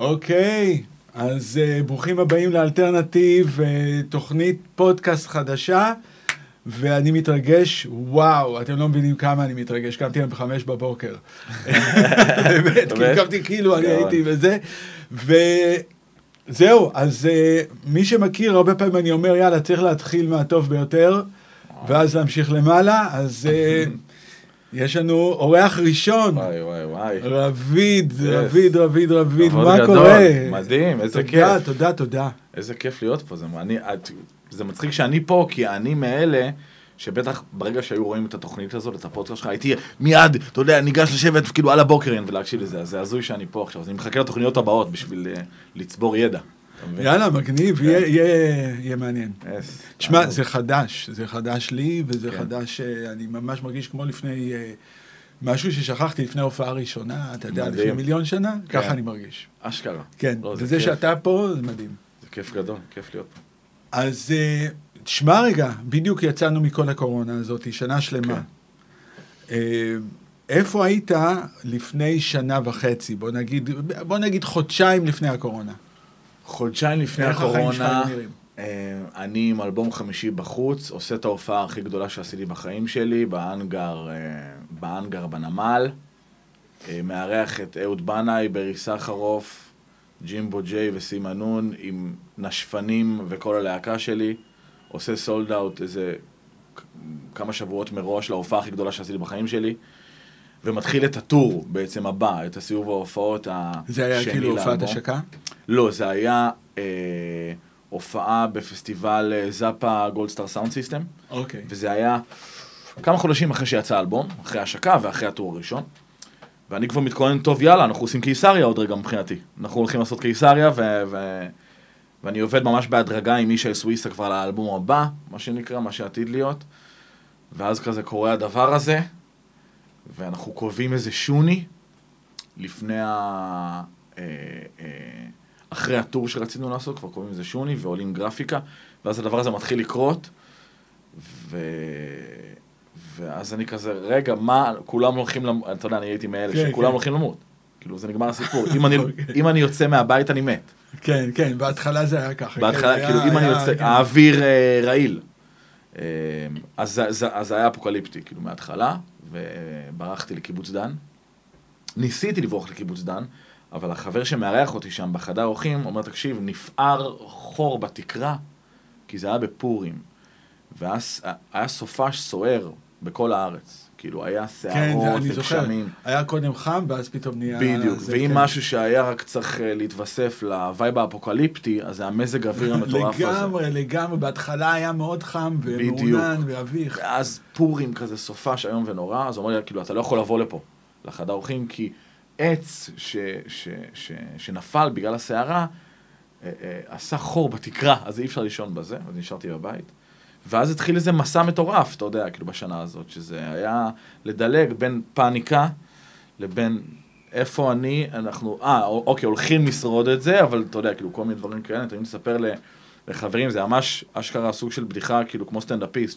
אוקיי, אז ברוכים הבאים לאלטרנטיב, תוכנית פודקאסט חדשה, ואני מתרגש, וואו, אתם לא מבינים כמה אני מתרגש, קמתי היום 5 בבוקר. באמת, קמתי כאילו, אני הייתי וזה, וזהו, אז מי שמכיר, הרבה פעמים אני אומר, יאללה, צריך להתחיל מהטוב ביותר, ואז להמשיך למעלה, אז יש לנו אורח ראשון. וואי. רביד, מה קורה? מדהים, איזה כיף. תודה. איזה כיף להיות פה, זה מצחיק שאני פה, כי אני מאלה, שבטח ברגע שהיו רואים את התוכנית הזאת, את הפודקאסט שלך, הייתי מיד, אתה יודע, ניגש לשבת כאילו על הבוקרין ולהקשיב לזה, אז זה הזוי שאני פה עכשיו, אז אני מחכה לתוכניות הבאות בשביל לצבור ידע. יאללה, מגניב, יהיה מעניין. תשמע, זה חדש לי, וזה חדש, אני ממש מרגיש כמו לפני, משהו ששכחתי לפני הופעה ראשונה, אתה יודע, לפני 1,000,000 שנה, ככה אני מרגיש. אשכרה. כן, וזה שאתה פה, זה מדהים. זה כיף גדול, כיף להיות פה. אז תשמע רגע, בדיוק יצאנו מכל הקורונה הזאת, שנה שלמה. איפה היית לפני 1.5 שנה, בוא נגיד חודשיים לפני הקורונה? חודשיים לפני הקורונה, אני עם אלבום חמישי בחוץ, עושה את ההופעה הכי גדולה שעשיתי בחיים שלי, באנגר בנמל, מארח את אהוד בנאי, ברי סחרוף, ג'ימבו ג'יי וסימנון, עם נשפנים וכל הלהקה שלי, עושה סולד אאוט איזה כמה שבועות מראש להופעה הכי גדולה שעשיתי בחיים שלי, ומתחיל את הטור בעצם הבא, את הסיבוב ההופעות השני לאלבום. זה היה כאילו הופעת השקה? לא, זה היה הופעה בפסטיבל זאפה גולדסטאר סאונד סיסטם. אוקיי. וזה היה כמה חודשים אחרי שיצא האלבום, אחרי השקה ואחרי הטור הראשון. ואני כבר מתכונן, טוב, יאללה, אנחנו עושים קיסריה עוד רגע מבחינתי. אנחנו הולכים לעשות קיסריה, ואני עובד ממש בהדרגה עם מישל סוויסה כבר לאלבום הבא, מה שנקרא, מה שעתיד להיות. ואז כזה קורה הדבר הזה, ואנחנו קובעים איזה שוני לפני אחרי הטור שרצינו לעשות, כבר קובעים איזה שוני ועולים גרפיקה, ואז הדבר הזה מתחיל לקרות, ואז אני כזה, רגע, מה, כולם הולכים למות, אתה יודע, אני הייתי מאלה, שכולם הולכים למות. כאילו, זה נגמר הסיפור. אם אני יוצא מהבית, אני מת. כן, בהתחלה זה היה ככה. בהתחלה, כאילו, אם אני יוצא, האוויר רעיל. אז זה היה אפוקליפטי, כאילו, מההתחלה, וברחתי לקיבוץ דן. ניסיתי לברוח לקיבוץ דן, אבל החבר שמארח אותי שם בחדר אורחים, אומר, תקשיב, נפער חור בתקרה, כי זה היה בפורים. ואז היה סופש סוער בכל הארץ. כאילו, היה שערות וגשמים. היה קודם חם, ואז פתאום נהיה... בדיוק, ואם משהו שהיה רק צריך להתווסף לווייב האפוקליפטי, אז זה המזג האוויר המטורף הזה. לגמרי, בהתחלה היה מאוד חם ומעונן ואביך. ואז פורים כזה סופש היום ונורא, אז הוא אומר לי, כאילו, אתה לא יכול לבוא לפה, לחדר אורחים, כי עץ שנפל בגלל הסערה, עשה חור בתקרה, אז אי אפשר לישון בזה, אז נשארתי בבית. ואז התחיל איזה מסע מטורף, אתה יודע, כאילו בשנה הזאת, שזה היה לדלג בין פאניקה לבין איפה אנחנו, אוקיי, הולכים לשרוד את זה, אבל אתה יודע, כאילו כל מיני דברים כאלה, אתה מספר לחברים, זה ממש אשכרה סוג של בדיחה, כאילו כמו סטנדאפיסט,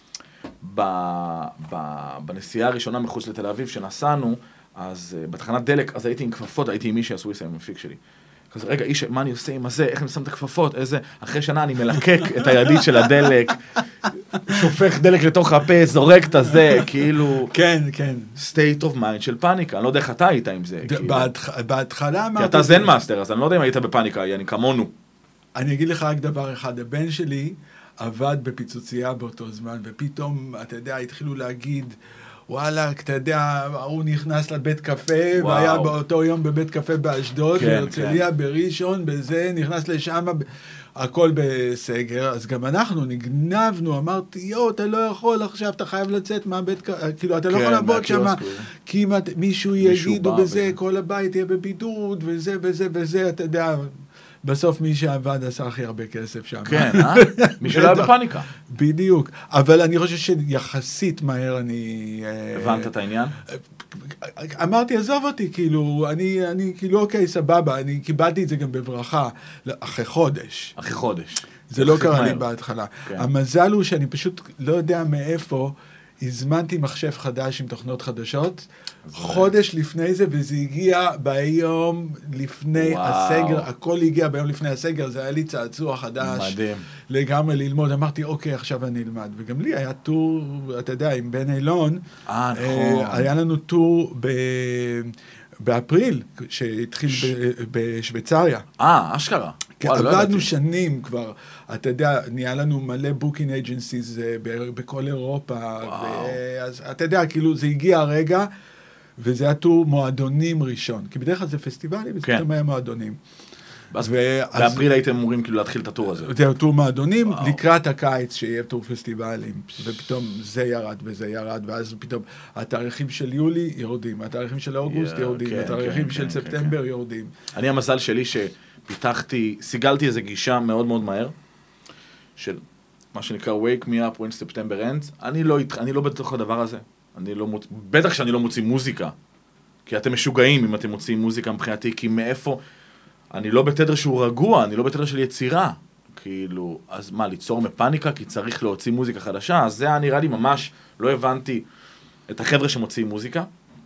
בנסיעה הראשונה מחוץ לתל אביב שנסענו, אז בתחנת דלק, אז הייתי עם כפפות, הייתי עם מי שעשו עם המפיק שלי. כזה, רגע, איש, מה אני עושה עם הזה? איך אני שם את הכפפות? איזה... אחרי שנה אני מלקק את הידית של הדלק, שופך דלק לתוך הפה, זורק את הזה, כאילו... כן. state of mind של פאניקה. אני לא יודע איך אתה היית עם זה. בהתחלה אמרתי... כי אתה זן מאסטר, אז אני לא יודע אם היית בפאניקה, אני כמונו. אני אגיד לך רק דבר אחד, הבן שלי עבד בפיצוצייה באותו זמן, ופתאום, אתה יודע, התחילו להגיד... וואלה, אתה יודע, הוא נכנס לבית קפה, והיה באותו יום בבית קפה באשדוד, בהרצליה, בראשון, בזה, נכנס לשם, הכל בסגר, אז גם אנחנו נגנבנו, אמרתי, אתה לא יכול עכשיו, אתה חייב לצאת מהבית קפה, כאילו, אתה לא יכול לעבוד שם, כי אם מישהו יגידו בזה, כל הבית יהיה בבידוד, וזה, אתה יודע... בסוף מי שעבד עשה הכי הרבה כסף שם. כן, מי שלא היה בפאניקה. בדיוק. אבל אני חושב שיחסית מהר אני... הבנת את העניין? אמרתי, עזוב אותי, כאילו, אני כאילו, אוקיי, סבבה, אני קיבלתי את זה גם בברכה, אחרי חודש. אחרי חודש. זה לא קרה לי בהתחלה. המזל הוא שאני פשוט לא יודע מאיפה, הזמנתי מחשב חדש עם תוכנות חדשות, חודש לפני זה, וזה הגיע ביום לפני הסגר, הכל הגיע ביום לפני הסגר, זה היה לי צעצוע חדש. מדהים. לגמרי ללמוד, אמרתי, אוקיי, עכשיו אני אלמד. וגם לי היה טור, אתה יודע, עם בן אילון, נכון. היה לנו טור באפריל, שהתחיל בשוויצריה. אשכרה. עבדנו שנים כבר, אתה יודע, נהיה לנו מלא בוקינג אייג'נסיז בכל אירופה, אז אתה יודע, כאילו זה הגיע הרגע, וזה היה טור מועדונים ראשון, כי בדרך כלל זה פסטיבלים, וזה פתאום היה מועדונים. באפריל הייתם אמורים כאילו להתחיל את הטור הזה. זה טור מועדונים, לקראת הקיץ שיהיה טור פסטיבלים, ופתאום זה ירד וזה ירד, ואז פתאום התאריכים של יולי יורדים, התאריכים של אוגוסט יורדים, התאריכים של ספטמבר יורדים. אני המזל שלי סיגלתי איזו גישה מאוד מאוד מהר, של מה שנקרא Wake me up when September ends, אני לא בתוך הדבר הזה, בטח שאני לא מוציא מוזיקה, כי אתם משוגעים אם אתם מוציאים מוזיקה מבחינתי, כי מאיפה, אני לא בתדר שהוא רגוע, אני לא בתדר של יצירה, כאילו, אז מה, ליצור מפניקה, כי צריך להוציא מוזיקה חדשה, אז זה היה נראה לי ממש, לא הבנתי את החבר'ה שמוציאים מוזיקה,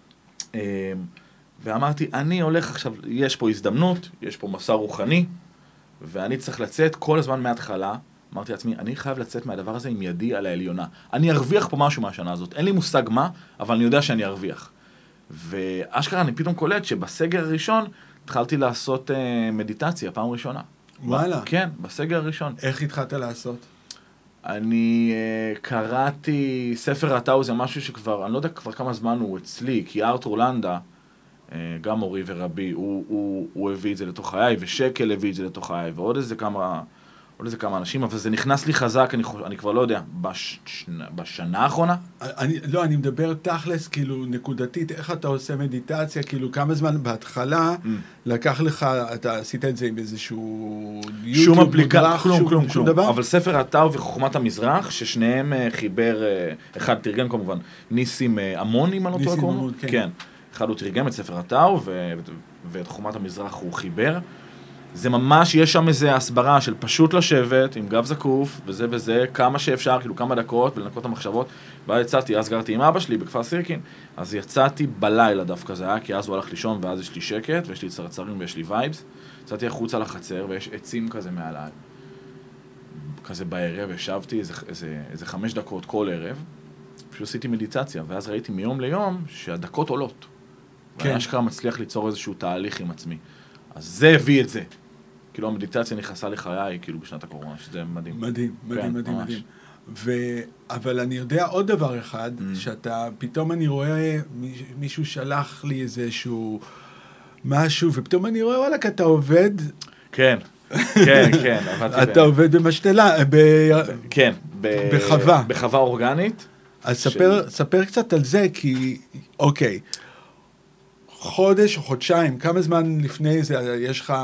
ואמרתי, אני הולך עכשיו, יש פה הזדמנות, יש פה מסע רוחני, ואני צריך לצאת כל הזמן מההתחלה. אמרתי לעצמי, אני חייב לצאת מהדבר הזה עם ידי על העליונה. אני ארוויח פה משהו מהשנה הזאת. אין לי מושג מה, אבל אני יודע שאני ארוויח. ואשכרה, אני פתאום קולט שבסגר הראשון התחלתי לעשות מדיטציה, פעם ראשונה. וואלה. כן, בסגר הראשון. איך התחלת לעשות? אני קראתי ספר הטאו, זה משהו שכבר, אני לא יודע כבר כמה זמן הוא אצלי, כי ארתור לנדה, גם מורי ורבי, הוא הביא את זה לתוך חיי, ושקל הביא את זה לתוך חיי, ועוד איזה כמה אנשים, אבל זה נכנס לי חזק, אני כבר לא יודע, בשנה האחרונה? לא, אני מדבר תכלס, כאילו, נקודתית, איך אתה עושה מדיטציה, כאילו, כמה זמן בהתחלה לקח לך, אתה עשית את זה עם איזשהו שום אפליקציה, כלום, אבל ספר הטאו וחוכמת המזרח, ששניהם חיבר, אחד תרגם כמובן, ניסים המון, אם אני לא טועה קוראים? כן. אחד הוא תרגם את ספר הטאו, ואת חוכמת המזרח הוא חיבר. זה ממש, יש שם איזו הסברה של פשוט לשבת עם גב זקוף, וזה וזה, כמה שאפשר, כאילו כמה דקות, ולנקות את המחשבות. ואז יצאתי, אז גרתי עם אבא שלי בכפר סירקין, אז יצאתי בלילה דווקא זה היה, כי אז הוא הלך לישון, ואז יש לי שקט, ויש לי צרצרים ויש לי וייבס. יצאתי החוצה לחצר, ויש עצים כזה מעליי. כזה בערב, ישבתי איזה 5 דקות כל ערב, פשוט עשיתי מדיטציה, ואז ראיתי מיום ליום שהדקות עולות. ואני אשכרה מצליח ליצור איזשהו תהליך עם עצמי. אז זה הביא את זה. כאילו המדיטציה נכנסה לחיי, כאילו בשנת הקורונה, שזה מדהים. מדהים. אבל אני יודע עוד דבר אחד, שאתה, פתאום אני רואה, מישהו שלח לי איזשהו משהו, ופתאום אני רואה, וואלק, אתה עובד... כן, עבדתי אתה עובד במשתלה, כן, בחווה. בחווה אורגנית. אז ספר קצת על זה, כי, אוקיי, חודש או חודשיים, כמה זמן לפני זה יש לך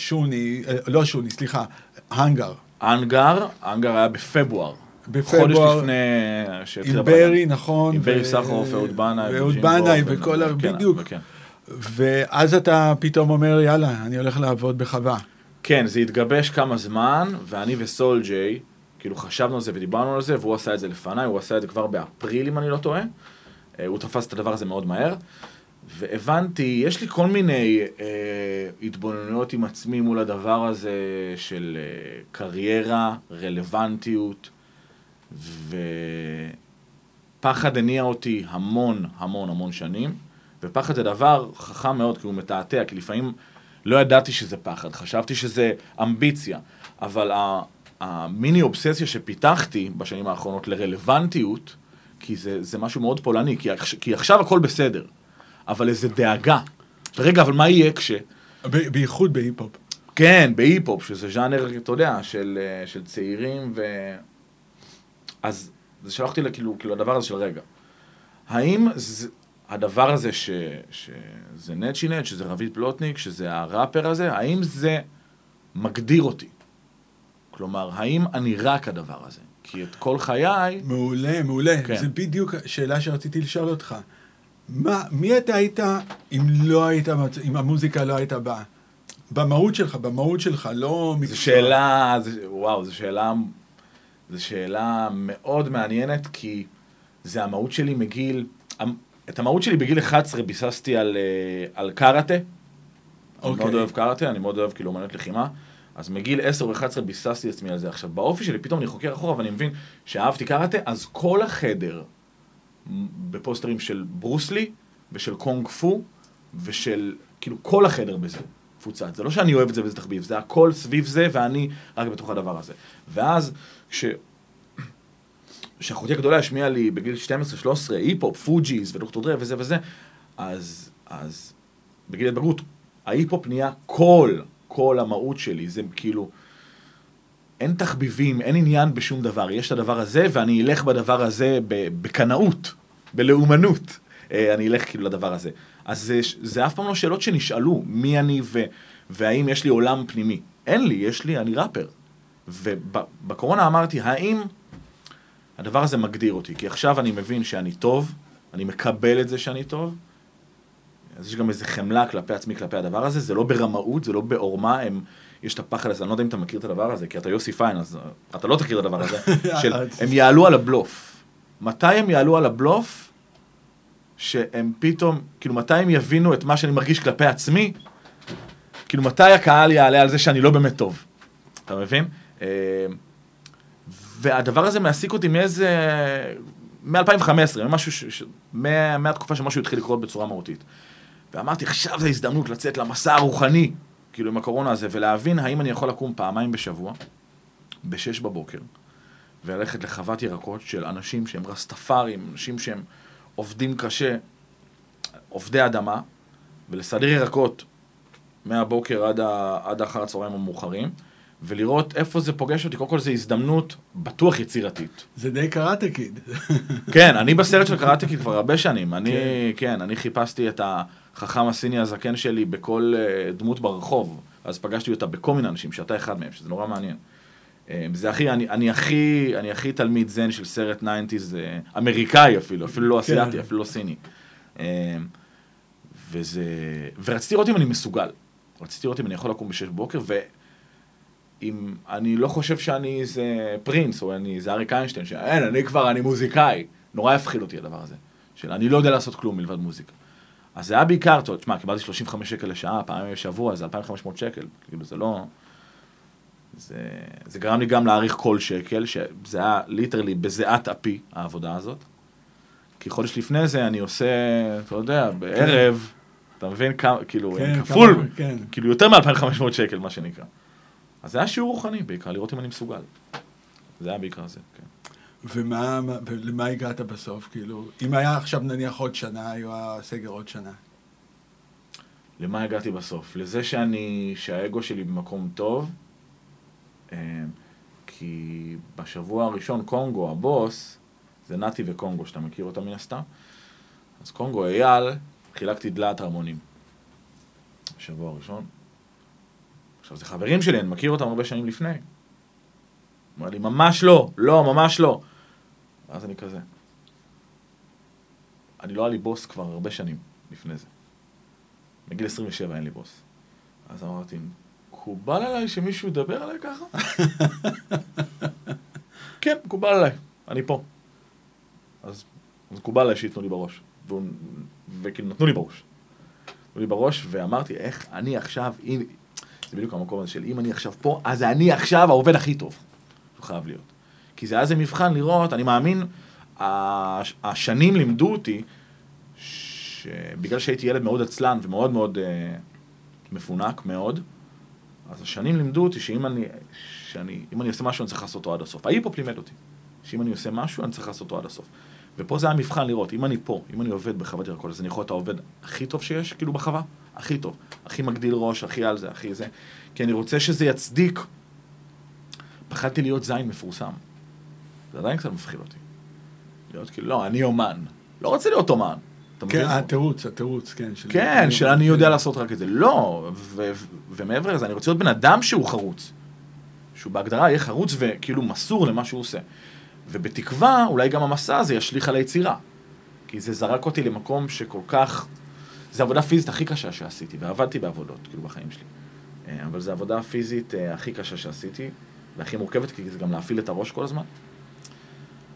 הנגר היה בפברואר. חודש לפני... עם ברי, נכון. עם ברי סחרוף, ואהוד בנאי, וכל ה... בדיוק. ואז אתה פתאום אומר, יאללה, אני הולך לעבוד בחווה. כן, זה התגבש כמה זמן, ואני וסול ג'יי, כאילו חשבנו על זה ודיברנו על זה, והוא עשה את זה לפניי, הוא עשה את זה כבר באפריל, אם אני לא טועה. הוא תפס את הדבר הזה מאוד מהר. והבנתי, יש לי כל מיני התבוננויות עם עצמי מול הדבר הזה של קריירה, רלוונטיות, ופחד הניע אותי המון שנים, ופחד זה דבר חכם מאוד, כי הוא מתעתע, כי לפעמים לא ידעתי שזה פחד, חשבתי שזה אמביציה, אבל המיני אובססיה שפיתחתי בשנים האחרונות לרלוונטיות, כי זה משהו מאוד פולני, כי עכשיו הכל בסדר. אבל איזה דאגה. רגע, אבל מה יהיה כש... בייחוד בהיפ-הופ. כן, בהיפ-הופ, שזה ז'אנר, אתה יודע, של צעירים אז זה שלחתי לה כאילו הדבר הזה של רגע. האם הדבר הזה שזה נצ'י נצ', שזה רביד פלוטניק, שזה הראפר הזה, האם זה מגדיר אותי? כלומר, האם אני רק הדבר הזה? כי את כל חיי... מעולה. כן. זה בדיוק שאלה שרציתי לשאול אותך. מי אתה היית אם המוזיקה לא הייתה באה? במהות שלך, לא מקצוע. זו שאלה מאוד מעניינת, כי זה המהות שלי מגיל, את המהות שלי בגיל 11 ביססתי על קראטה. אני מאוד אוהב קראטה, אני מאוד אוהב כאילו אומנות לחימה. אז מגיל 10 ו-11 ביססתי עצמי על זה. עכשיו, באופי שלי פתאום אני חוקר אחורה ואני מבין שאהבתי קראטה, אז כל החדר בפוסטרים של ברוסלי ושל קונג פו ושל, כאילו כל החדר בזה פוצץ. זה לא שאני אוהב את זה וזה תחביב, זה הכל סביב זה ואני רק בתוך הדבר הזה. ואז כשאחותי הגדולה השמיעה לי בגיל 12-13 היפ-הופ, פוג'יז ודוקטור דרה וזה וזה, אז בגיל התבגרות, ההיפ-הופ נהיה כל המהות שלי, זה כאילו, אין תחביבים, אין עניין בשום דבר, יש את הדבר הזה, ואני אלך בדבר הזה בקנאות, בלאומנות, אני אלך כאילו לדבר הזה. אז זה אף פעם לא שאלות שנשאלו, מי אני והאם יש לי עולם פנימי. אין לי, אני ראפר. ובקורונה אמרתי, האם הדבר הזה מגדיר אותי? כי עכשיו אני מבין שאני טוב, אני מקבל את זה שאני טוב, אז יש גם איזה חמלה כלפי עצמי, כלפי הדבר הזה, זה לא ברמאות, זה לא בעורמה, יש את הפחד הזה, אני לא יודע אם אתה מכיר את הדבר הזה, כי אתה יוסי פיין, אז אתה לא תכיר את הדבר הזה, הם יעלו על הבלוף. מתי הם יעלו על הבלוף? שהם פתאום, כאילו מתי הם יבינו את מה שאני מרגיש כלפי עצמי? כאילו מתי הקהל יעלה על זה שאני לא באמת טוב? אתה מבין? והדבר הזה מעסיק אותי מ-2015, מהתקופה שמשהו התחיל לקרות בצורה מהותית. ואמרתי, עכשיו זו הזדמנות לצאת למסע הרוחני, כאילו עם הקורונה הזה, ולהבין האם אני יכול לקום פעמיים בשבוע, ב-6 בבוקר, וללכת לחוות ירקות של אנשים שהם רסטפארים, אנשים שהם עובדים קשה, עובדי אדמה, ולסדר ירקות מהבוקר עד אחר הצהריים המאוחרים, ולראות איפה זה פוגש אותי. קודם כל, זו הזדמנות בטוח יצירתית. זה די קראטה קיד. כן, אני בסרט של קראטה קיד כבר הרבה שנים. אני חיפשתי את החכם הסיני הזקן שלי בכל דמות ברחוב, אז פגשתי אותה בכל מיני אנשים, שאתה אחד מהם, שזה נורא מעניין. זה אני הכי תלמיד זן של סרט 90s, אמריקאי אפילו לא אסיאטי, אפילו לא סיני. ורציתי לראות אם אני מסוגל. רציתי לראות אם אני יכול לקום ב-6 בבוקר, אם אני לא חושב שאני איזה פרינס, או אני איזה אריק איינשטיין, אני מוזיקאי, נורא יפחיד אותי הדבר הזה, אני לא יודע לעשות כלום מלבד מוזיקה. אז זה היה בעיקר, תשמע, קיבלתי 35 שקל לשעה, פעמים בשבוע, זה 2,500 שקל, כאילו זה לא, זה גרם לי גם להעריך כל שקל, שזה היה ליטרלי בזיעת אפי, העבודה הזאת, כי חודש לפני זה אני עושה, אתה יודע, בערב, אתה מבין, כאילו, כפול, כאילו יותר מ-2,500 שקל, מה שנקרא. אז זה היה שיעור רוחני בעיקר, לראות אם אני מסוגל. זה היה בעיקר זה, כן. ולמה הגעת בסוף? כאילו, אם היה עכשיו נניח עוד שנה, היה הסגר עוד שנה. למה הגעתי בסוף? לזה שהאגו שלי במקום טוב, כי בשבוע הראשון קונגו, הבוס, זה נתי וקונגו, שאתה מכיר אותה מן הסתם. אז קונגו, אייל, חילקתי דלת הרמונים. בשבוע הראשון. עכשיו, זה חברים שלי, אני מכיר אותם הרבה שנים לפני. אומר לי, ממש לא, ממש לא. אז אני כזה. אני לא היה לי בוס כבר הרבה שנים לפני זה. בגיל 27 אין לי בוס. אז אמרתי, מקובל עליי שמישהו ידבר עליי ככה? כן, מקובל עליי, אני פה. אז מקובל עליי שיתנו לי בראש. וכאילו נתנו לי בראש. נתנו לי בראש, ואמרתי, איך אני עכשיו, זה בדיוק המקום הזה של אם אני עכשיו פה, אז אני עכשיו העובד הכי טוב. זה חייב להיות. כי זה היה זה מבחן לראות, אני מאמין, השנים לימדו אותי, שבגלל שהייתי ילד מאוד עצלן ומאוד מאוד מפונק מאוד, אז השנים לימדו אותי שאם אני עושה משהו, אני צריך לעשות אותו עד הסוף. ההיפ-הופ לימד אותי, שאם אני עושה משהו, אני צריך לעשות אותו עד הסוף. ופה זה היה מבחן לראות, אם אני פה, אם אני עובד בחוות ירקות, אז אני יכול להיות העובד הכי טוב שיש, כאילו בחווה, הכי טוב, הכי מגדיל ראש, הכי על זה, הכי זה, כי אני רוצה שזה יצדיק. פחדתי להיות זין מפורסם. זה עדיין קצת מפחיד אותי. להיות כאילו, לא, אני אומן. לא רוצה להיות אומן. כן, התירוץ, כן. כן, שאני יודע לעשות רק את זה. לא, ומעבר לזה, אני רוצה להיות בן אדם שהוא חרוץ. שהוא בהגדרה יהיה חרוץ וכאילו מסור למה שהוא עושה. ובתקווה, אולי גם המסע הזה ישליך על היצירה. כי זה זרק אותי למקום שכל כך... זה עבודה פיזית הכי קשה שעשיתי, ועבדתי בעבודות, כאילו, בחיים שלי. אבל זה עבודה פיזית הכי קשה שעשיתי, והכי מורכבת, כי זה גם להפעיל את הראש כל הזמן.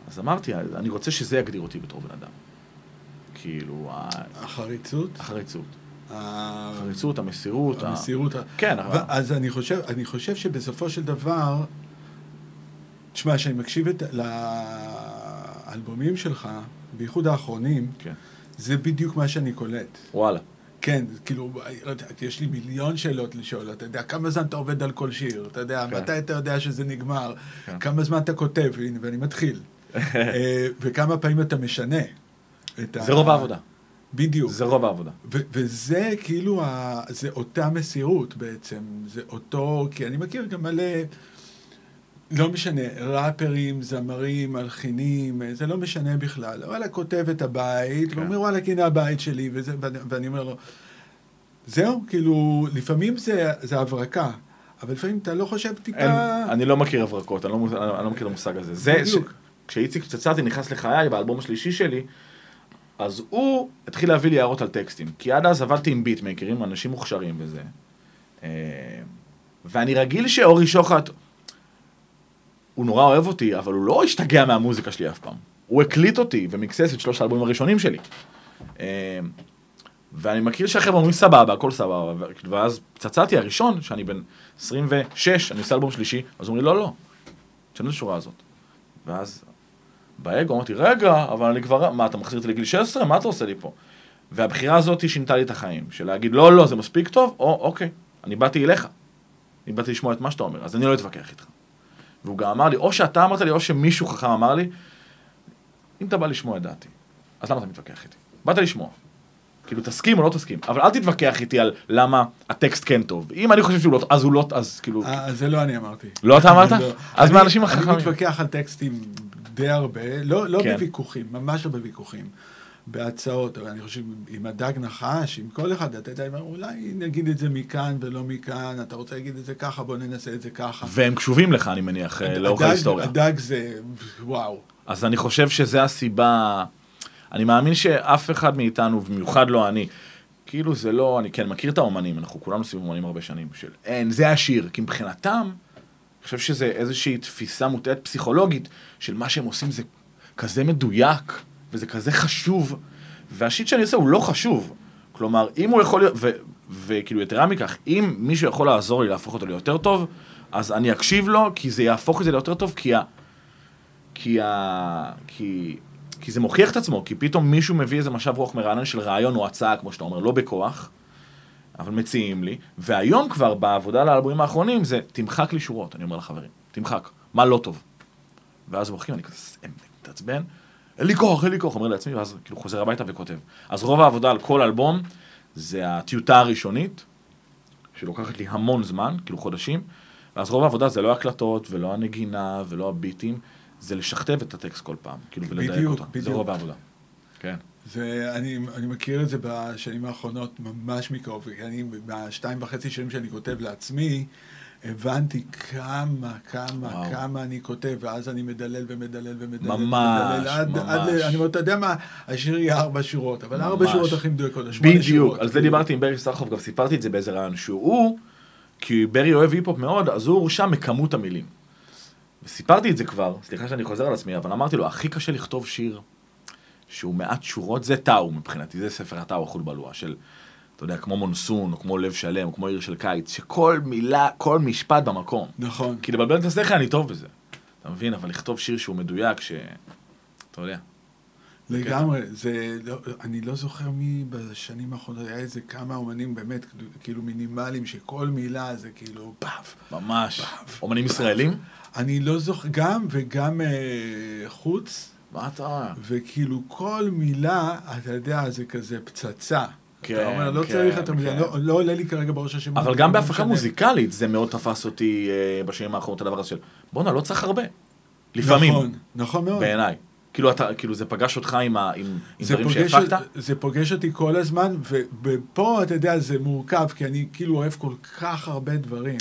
אז אמרתי, אני רוצה שזה יגדיר אותי בתור בן אדם. כאילו, החריצות? החריצות. החריצות, המסירות. המסירות. כן. אז אני חושב שבסופו של דבר, תשמע, שאני מקשיב לאלבומים שלך, בייחוד האחרונים, כן. זה בדיוק מה שאני קולט. וואלה. כן, כאילו, יש לי מיליון שאלות לשאול, אתה יודע, כמה זמן אתה עובד על כל שיר, אתה יודע, מתי אתה יודע שזה נגמר, כמה זמן אתה כותב, ואני מתחיל, וכמה פעמים אתה משנה. זה רוב העבודה. בדיוק. זה רוב העבודה. וזה כאילו, זה אותה מסירות בעצם, זה אותו, כי אני מכיר גם מלא, לא משנה, ראפרים, זמרים, מלחינים, זה לא משנה בכלל. וואלה, כותב את הבית, ואומר, וואלה, הנה הבית שלי, ואני אומר לו, זהו, כאילו, לפעמים זה הברקה, אבל לפעמים אתה לא חושב טיפה... אני לא מכיר הברקות, אני לא מכיר את המושג הזה. כשאיציק פצצתי נכנס לחיי, באלבום השלישי שלי, אז הוא התחיל להביא לי הערות על טקסטים, כי עד אז עבדתי עם ביטמקרים, אנשים מוכשרים בזה, ואני רגיל שאורי שוחט, הוא נורא אוהב אותי, אבל הוא לא השתגע מהמוזיקה שלי אף פעם. הוא הקליט אותי ומקסס את 3 האלבומים הראשונים שלי. ואני מכיר שהחבר'ה אומרים סבבה, הכל סבבה, ואז פצצתי הראשון, שאני בן 26, אני עושה אלבום שלישי, אז הוא אומר לי, לא, תשנה את השורה הזאת. ואז באגו אמרתי, רגע, אבל אני כבר, מה, אתה מחזיר אותי לגיל 16? מה אתה עושה לי פה? והבחירה הזאת שינתה לי את החיים, של להגיד, לא, זה מספיק טוב, או, אוקיי, אני באתי אליך. אני באתי לשמוע את מה שאתה אומר, אז אני לא אתווכח איתך. והוא גם אמר לי, או שאתה אמרת לי, או שמישהו חכם אמר לי, אם אתה בא לשמוע את דעתי, אז למה אתה מתווכח איתי? באת לשמוע. כאילו, תסכים או לא תסכים, אבל אל תתווכח איתי על למה הטקסט כן טוב. אם אני חושב שהוא לא, אז הוא לא, אז כאילו... זה לא אני אמרתי. לא אתה אמרת? אז מהאנשים החכמים. אני מתווכח על טקסטים די הרבה, לא בוויכוחים, ממש לא בוויכוחים, בהצעות, אבל אני חושב, עם הדג נחש, עם כל אחד, אתה יודע, אולי נגיד את זה מכאן ולא מכאן, אתה רוצה להגיד את זה ככה, בוא ננסה את זה ככה. והם קשובים לך, אני מניח, לאורך ההיסטוריה. הדג זה, וואו. אז אני חושב שזה הסיבה, אני מאמין שאף אחד מאיתנו, במיוחד לא אני, כאילו זה לא, אני כן מכיר את האומנים, אנחנו כולנו סביב אומנים הרבה שנים, של אין, זה השיר, כי מבחינתם, אני חושב שזה איזושהי תפיסה מוטעת פסיכולוגית, של מה שהם עושים זה כזה מדויק, וזה כזה חשוב, והשיט שאני עושה הוא לא חשוב. כלומר, אם הוא יכול להיות, וכאילו יתרה מכך, אם מישהו יכול לעזור לי להפוך אותו ליותר טוב, אז אני אקשיב לו, כי זה יהפוך את זה ליותר טוב, כי זה מוכיח את עצמו, כי פתאום מישהו מביא איזה משב רוח מרענן של רעיון או הצעה, כמו שאתה אומר, לא בכוח, אבל מציעים לי, והיום כבר בעבודה לאלבומים האחרונים, זה תמחק לי שורות, אני אומר לחברים, תמחק, מה לא טוב. ואז הוא הולכים, אני כזה, תעצבן, אין לי כוח, אומר לעצמי, ואז כאילו חוזר הביתה וכותב. אז רוב העבודה על כל אלבום, זה הטיוטה הראשונית, שלוקחת לי המון זמן, כאילו חודשים, ואז רוב העבודה זה לא הקלטות, ולא הנגינה, ולא הביטים, זה לשכתב את הטקסט כל פעם, כאילו ולדייק אותו. זה רוב העבודה. כן. אני מכיר את זה בשנים האחרונות ממש מקרוב, אני ב2.5 שנים שאני כותב לעצמי, הבנתי כמה אני כותב, ואז אני מדלל. ממש. אני אומר, אתה יודע מה, השיר יהיה 4 שורות, אבל 4 שורות הכי מדויקות, 8 שורות. בדיוק, על זה דיברתי עם ברי סחרוף, גם סיפרתי את זה באיזה רעיון, שהוא, כי ברי אוהב היפ-הופ מאוד, אז הוא הורשע מכמות המילים. וסיפרתי את זה כבר, סליחה שאני חוזר על עצמי, אבל אמרתי לו, הכי קשה לכתוב שיר שהוא מעט שורות, זה טאו מבחינתי, זה ספר הטאו החול בלוע, של, אתה יודע, כמו מונסון, או כמו לב שלם, או כמו עיר של קיץ, שכל מילה, כל משפט במקום. נכון. כי לבלבל את השכל אני טוב בזה. אתה מבין? אבל לכתוב שיר שהוא מדויק, אתה יודע. לגמרי, אני לא זוכר מי בשנים האחרונות, היה איזה כמה אומנים באמת, כאילו מינימליים, שכל מילה זה כאילו פאף. ממש. אומנים ישראלים? אני לא זוכר, גם וגם חוץ. מה אתה? וכאילו כל מילה, אתה יודע, זה כזה פצצה. כן, אתה אומר, לא צריך את המילה, לא עולה לי כרגע בראש השם. אבל גם בהפקה מוזיקלית זה מאוד תפס אותי בשנים האחרונות, הדבר הזה של, בונה, לא צריך הרבה. לפעמים. נכון מאוד. בעיניי. כאילו זה פגש אותך עם דברים שהפקת? זה פוגש אותי כל הזמן, ופה, אתה יודע, זה מורכב, כי אני כאילו אוהב כל כך הרבה דברים.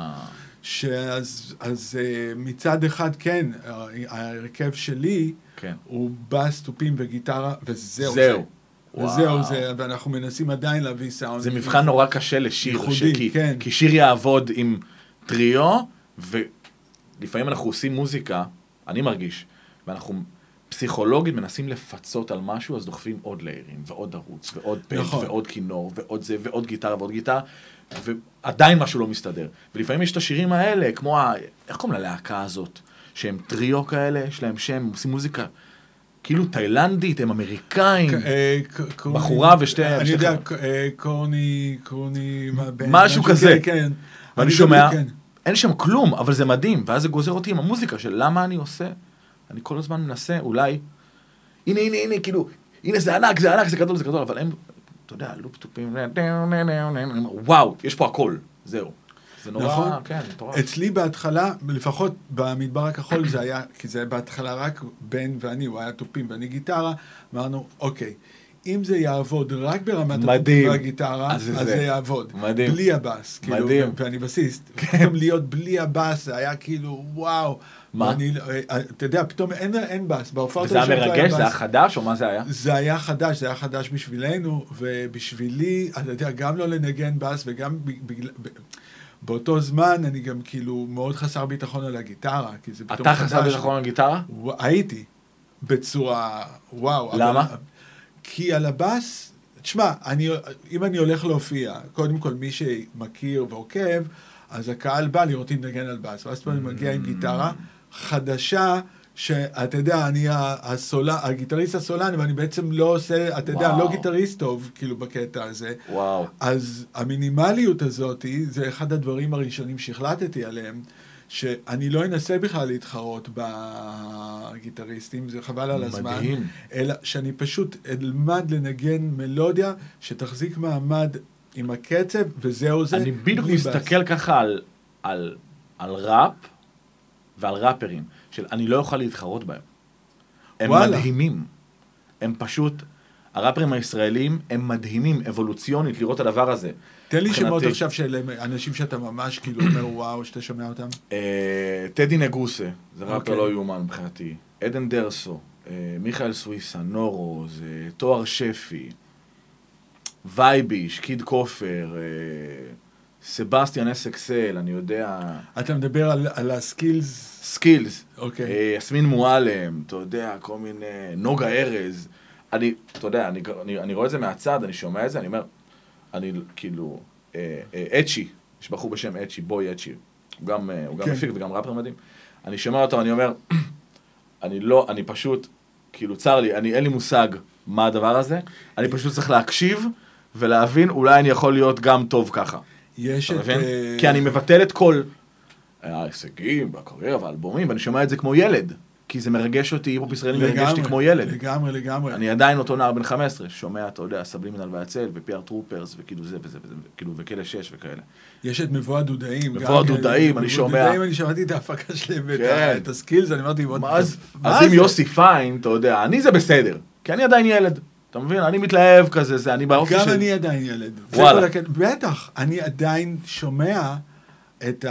אז מצד אחד, כן, ההרכב שלי, הוא בס, תופים וגיטרה, וזהו. וזהו זה, ואנחנו מנסים עדיין להביא סאונד. זה מבחן נורא קשה לשיר, כי שיר יעבוד עם טריו, ולפעמים אנחנו עושים מוזיקה, אני מרגיש, ואנחנו פסיכולוגית מנסים לפצות על משהו, אז דוחפים עוד ליירים, ועוד ערוץ, ועוד פנט, נכון. ועוד כינור, ועוד זה, ועוד גיטרה, ועוד גיטרה, ועדיין משהו לא מסתדר. ולפעמים יש את השירים האלה, כמו איך קוראים ללהקה הזאת? שהם טריו כאלה, יש להם שם, עושים מוזיקה, כאילו תאילנדית, הם אמריקאים, בחורה ושתי... אני יודע, קורני, משהו כזה. כן. ואני שומע, אין שם כלום, אבל זה מדהים, ואז זה גוזר אותי עם המוזיקה של למה אני עושה. אני כל הזמן מנסה, אולי, הנה, כאילו, הנה זה ענק, זה גדול, אבל הם, אתה יודע, לופטופים, וואו, יש פה הכל, זהו. זה נורא, כן, זה נורא. אצלי בהתחלה, לפחות במדבר הכחול זה היה, כי זה בהתחלה רק בן ואני, הוא היה טופים ואני גיטרה, אמרנו, אוקיי, אם זה יעבוד רק ברמת הטופים והגיטרה, אז זה יעבוד. מדהים. בלי הבאס. מדהים. ואני בסיסט. פתאום להיות בלי הבאס, זה היה כאילו, וואו. מה? אתה יודע, פתאום אין באס. וזה היה מרגש? זה היה חדש או מה זה היה? זה היה חדש בשבילנו, ובשבילי, אתה יודע, גם לא לנגן באס וגם באותו זמן אני גם כאילו מאוד חסר ביטחון על הגיטרה, כי זה פתאום חדש. אתה חסר ביטחון על גיטרה? הייתי, בצורה, וואו. למה? כי על הבאס, תשמע, אם אני הולך להופיע, קודם כל מי שמכיר ועוקב, אז הקהל בא לראות אם נגן על באס, ואז אני מגיע עם גיטרה חדשה, שאתה יודע, אני הגיטריסט הסולן, ואני בעצם לא עושה, אתה יודע, לא גיטריסט טוב, כאילו בקטע הזה. וואו. אז המינימליות הזאת, זה אחד הדברים הראשונים שהחלטתי עליהם, שאני לא אנסה בכלל להתחרות בגיטריסטים, זה חבל על הזמן. מדהים. אלא שאני פשוט אלמד לנגן מלודיה, שתחזיק מעמד עם הקצב, וזהו זה. אני בדיוק מסתכל ככה על ראפ, ועל ראפרים, של אני לא אוכל להתחרות בהם. הם מדהימים. הם פשוט, הראפרים הישראלים, הם מדהימים, אבולוציונית, לראות את הדבר הזה. תן לי שמות עכשיו של אנשים שאתה ממש כאילו אומר וואו, שאתה שומע אותם. טדי נגוסה, זה ראפר לא יאומן מבחינתי. עדן דרסו, מיכאל סוויסה, נורוז, תואר שפי, וייביש, קיד קופר, סבסטיאן אסקסל, אני יודע... אתה מדבר על הסקילס? סקילס. אוקיי. יסמין מועלם, אתה יודע, כל מיני... נוגה ארז. אתה יודע, אני רואה את זה מהצד, אני שומע את זה, אני אומר, אני כאילו... אצ'י, יש בחור בשם אצ'י, בוי אצ'י. הוא גם מפיק וגם ראפר מדהים. אני שומע אותו, אני אומר, אני פשוט, כאילו צר לי, אין לי מושג מה הדבר הזה, אני פשוט צריך להקשיב ולהבין, אולי אני יכול להיות גם טוב ככה. יש את... כי אני מבטל את כל ההישגים, בקריירה והאלבומים, ואני שומע את זה כמו ילד, כי זה מרגש אותי, היפ-הופ ישראלי מרגש אותי כמו ילד. לגמרי. אני עדיין אותו נער בן 15, שומע, אתה יודע, סבלימינל והצל, ופיאר טרופרס, וכאילו זה וזה, כאילו, וכאלה 6 וכאלה. יש את מבוא הדודאים. מבוא הדודאים, אני שומע. מבוא הדודאים, אני שמעתי את ההפקה שלהם, את הסקילס, אני אמרתי, אז אם יוסי פיין, אתה יודע, אני זה בסדר, כי אני עדיין ילד. אתה מבין? אני מתלהב כזה, זה אני באופי של... גם אני עדיין ילד. וואלה. בטח, אני עדיין שומע את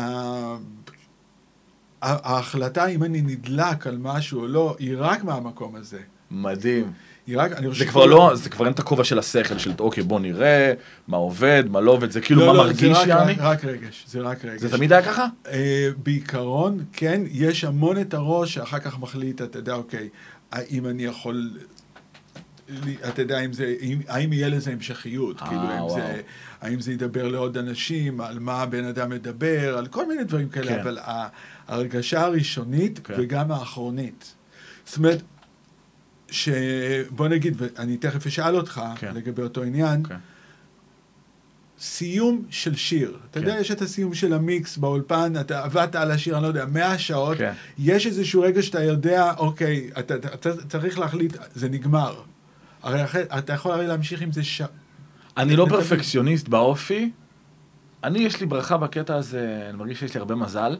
ההחלטה אם אני נדלק על משהו או לא, היא רק מהמקום הזה. מדהים. זה כבר לא, זה כבר אין את הכובע של השכל, של אוקיי, בוא נראה, מה עובד, מה לא עובד, זה כאילו מה מרגיש יעני? זה רק רגש. זה תמיד היה ככה? בעיקרון, כן, יש המון את הראש שאחר כך מחליט, אתה יודע, אוקיי, אם אני יכול... אתה יודע, האם יהיה לזה המשכיות, כאילו, האם זה ידבר לעוד אנשים, על מה הבן אדם מדבר, על כל מיני דברים כאלה, אבל ההרגשה הראשונית וגם האחרונית. זאת אומרת, בוא נגיד, ואני תכף אשאל אותך לגבי אותו עניין, סיום של שיר. אתה יודע, יש את הסיום של המיקס באולפן, אתה עבדת על השיר, אני לא יודע, 100 שעות, יש איזשהו רגע שאתה יודע, אוקיי, אתה צריך להחליט, זה נגמר. הרי אתה יכול הרי להמשיך עם זה אני לא פרפקציוניסט באופי, יש לי ברכה בקטע הזה, אני מרגיש שיש לי הרבה מזל,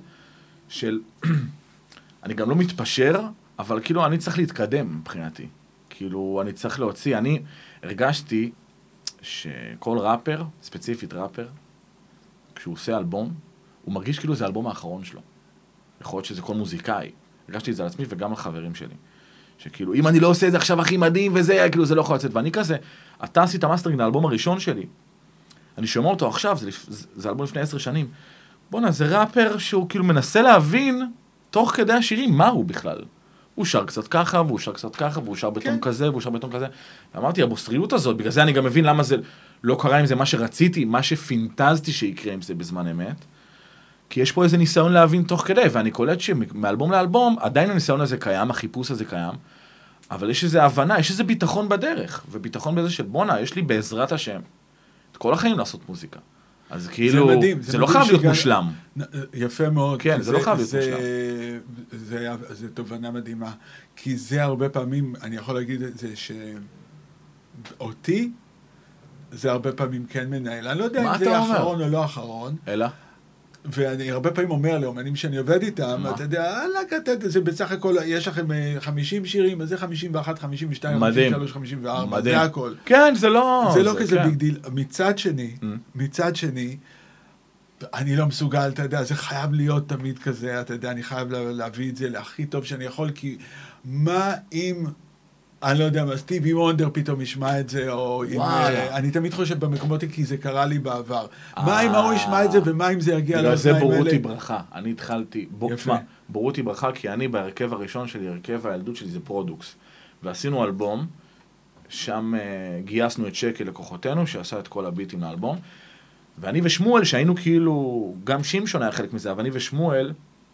אני גם לא מתפשר, אבל כאילו אני צריך להתקדם מבחינתי. כאילו אני צריך להוציא, אני הרגשתי שכל ראפר, ספציפית ראפר, כשהוא עושה אלבום, הוא מרגיש כאילו זה האלבום האחרון שלו. יכול להיות שזה כל מוזיקאי. הרגשתי את זה על עצמי וגם על חברים שלי. שכאילו, אם אני לא עושה את זה עכשיו הכי מדהים וזה, כאילו זה לא יכול לצאת. ואני כזה, אתה עשית מאסטרינג לאלבום הראשון שלי. אני שומע אותו עכשיו, זה אלבום לפני 10 שנים. בוא'נה, זה ראפר שהוא כאילו מנסה להבין, תוך כדי השירים, מה הוא בכלל. הוא שר קצת ככה, והוא שר קצת ככה, והוא שר בטון כזה, והוא שר בטון כזה. ואמרתי, הבוסריות הזאת, בגלל זה אני גם מבין למה זה לא קרה עם זה מה שרציתי, מה שפינטזתי שיקרה עם זה בזמן אמת. כי יש פה איזה ניסיון להבין תוך כדי, ואני קולט שמאלבום לאלבום, עדיין הניסיון הזה קיים, החיפוש הזה קיים, אבל יש איזו הבנה, יש איזה ביטחון בדרך, וביטחון בזה של בונה, יש לי בעזרת השם, את כל החיים לעשות מוזיקה. אז כאילו, זה, מדהים, זה לא חייב להיות מושלם. יפה מאוד. כן, זה לא חייב להיות מושלם. זה תובנה מדהימה, כי זה הרבה פעמים, אני יכול להגיד את זה, שאותי, זה הרבה פעמים כן מנהל. אני לא יודע אם זה אחרון או לא אחרון. אלא? ואני הרבה פעמים אומר לאומנים שאני עובד איתם, אתה יודע, זה בסך הכל, יש לכם 50 שירים, אז זה 51, 52, 53, 54, זה הכל. כן, זה לא... זה לא כזה ביג דיל. מצד שני, אני לא מסוגל, אתה יודע, זה חייב להיות תמיד כזה, אתה יודע, אני חייב להביא את זה להכי טוב שאני יכול, כי מה אם... אני לא יודע מה, סטיבי וונדר פתאום ישמע את זה, או אם... אני תמיד חושב במקומות, כי זה קרה לי בעבר. מה אם הוא ישמע את זה, ומה אם זה יגיע לאוזניים האלה? זה בורותי ברכה. אני התחלתי... בורותי ברכה, כי אני בהרכב הראשון שלי, הרכב הילדות שלי זה פרודוקס. ועשינו אלבום, שם גייסנו את שקל לקוחותינו, שעשה את כל הביטים לאלבום. ואני ושמואל, שהיינו כאילו... גם שמשון היה חלק מזה, אבל אני ושמואל,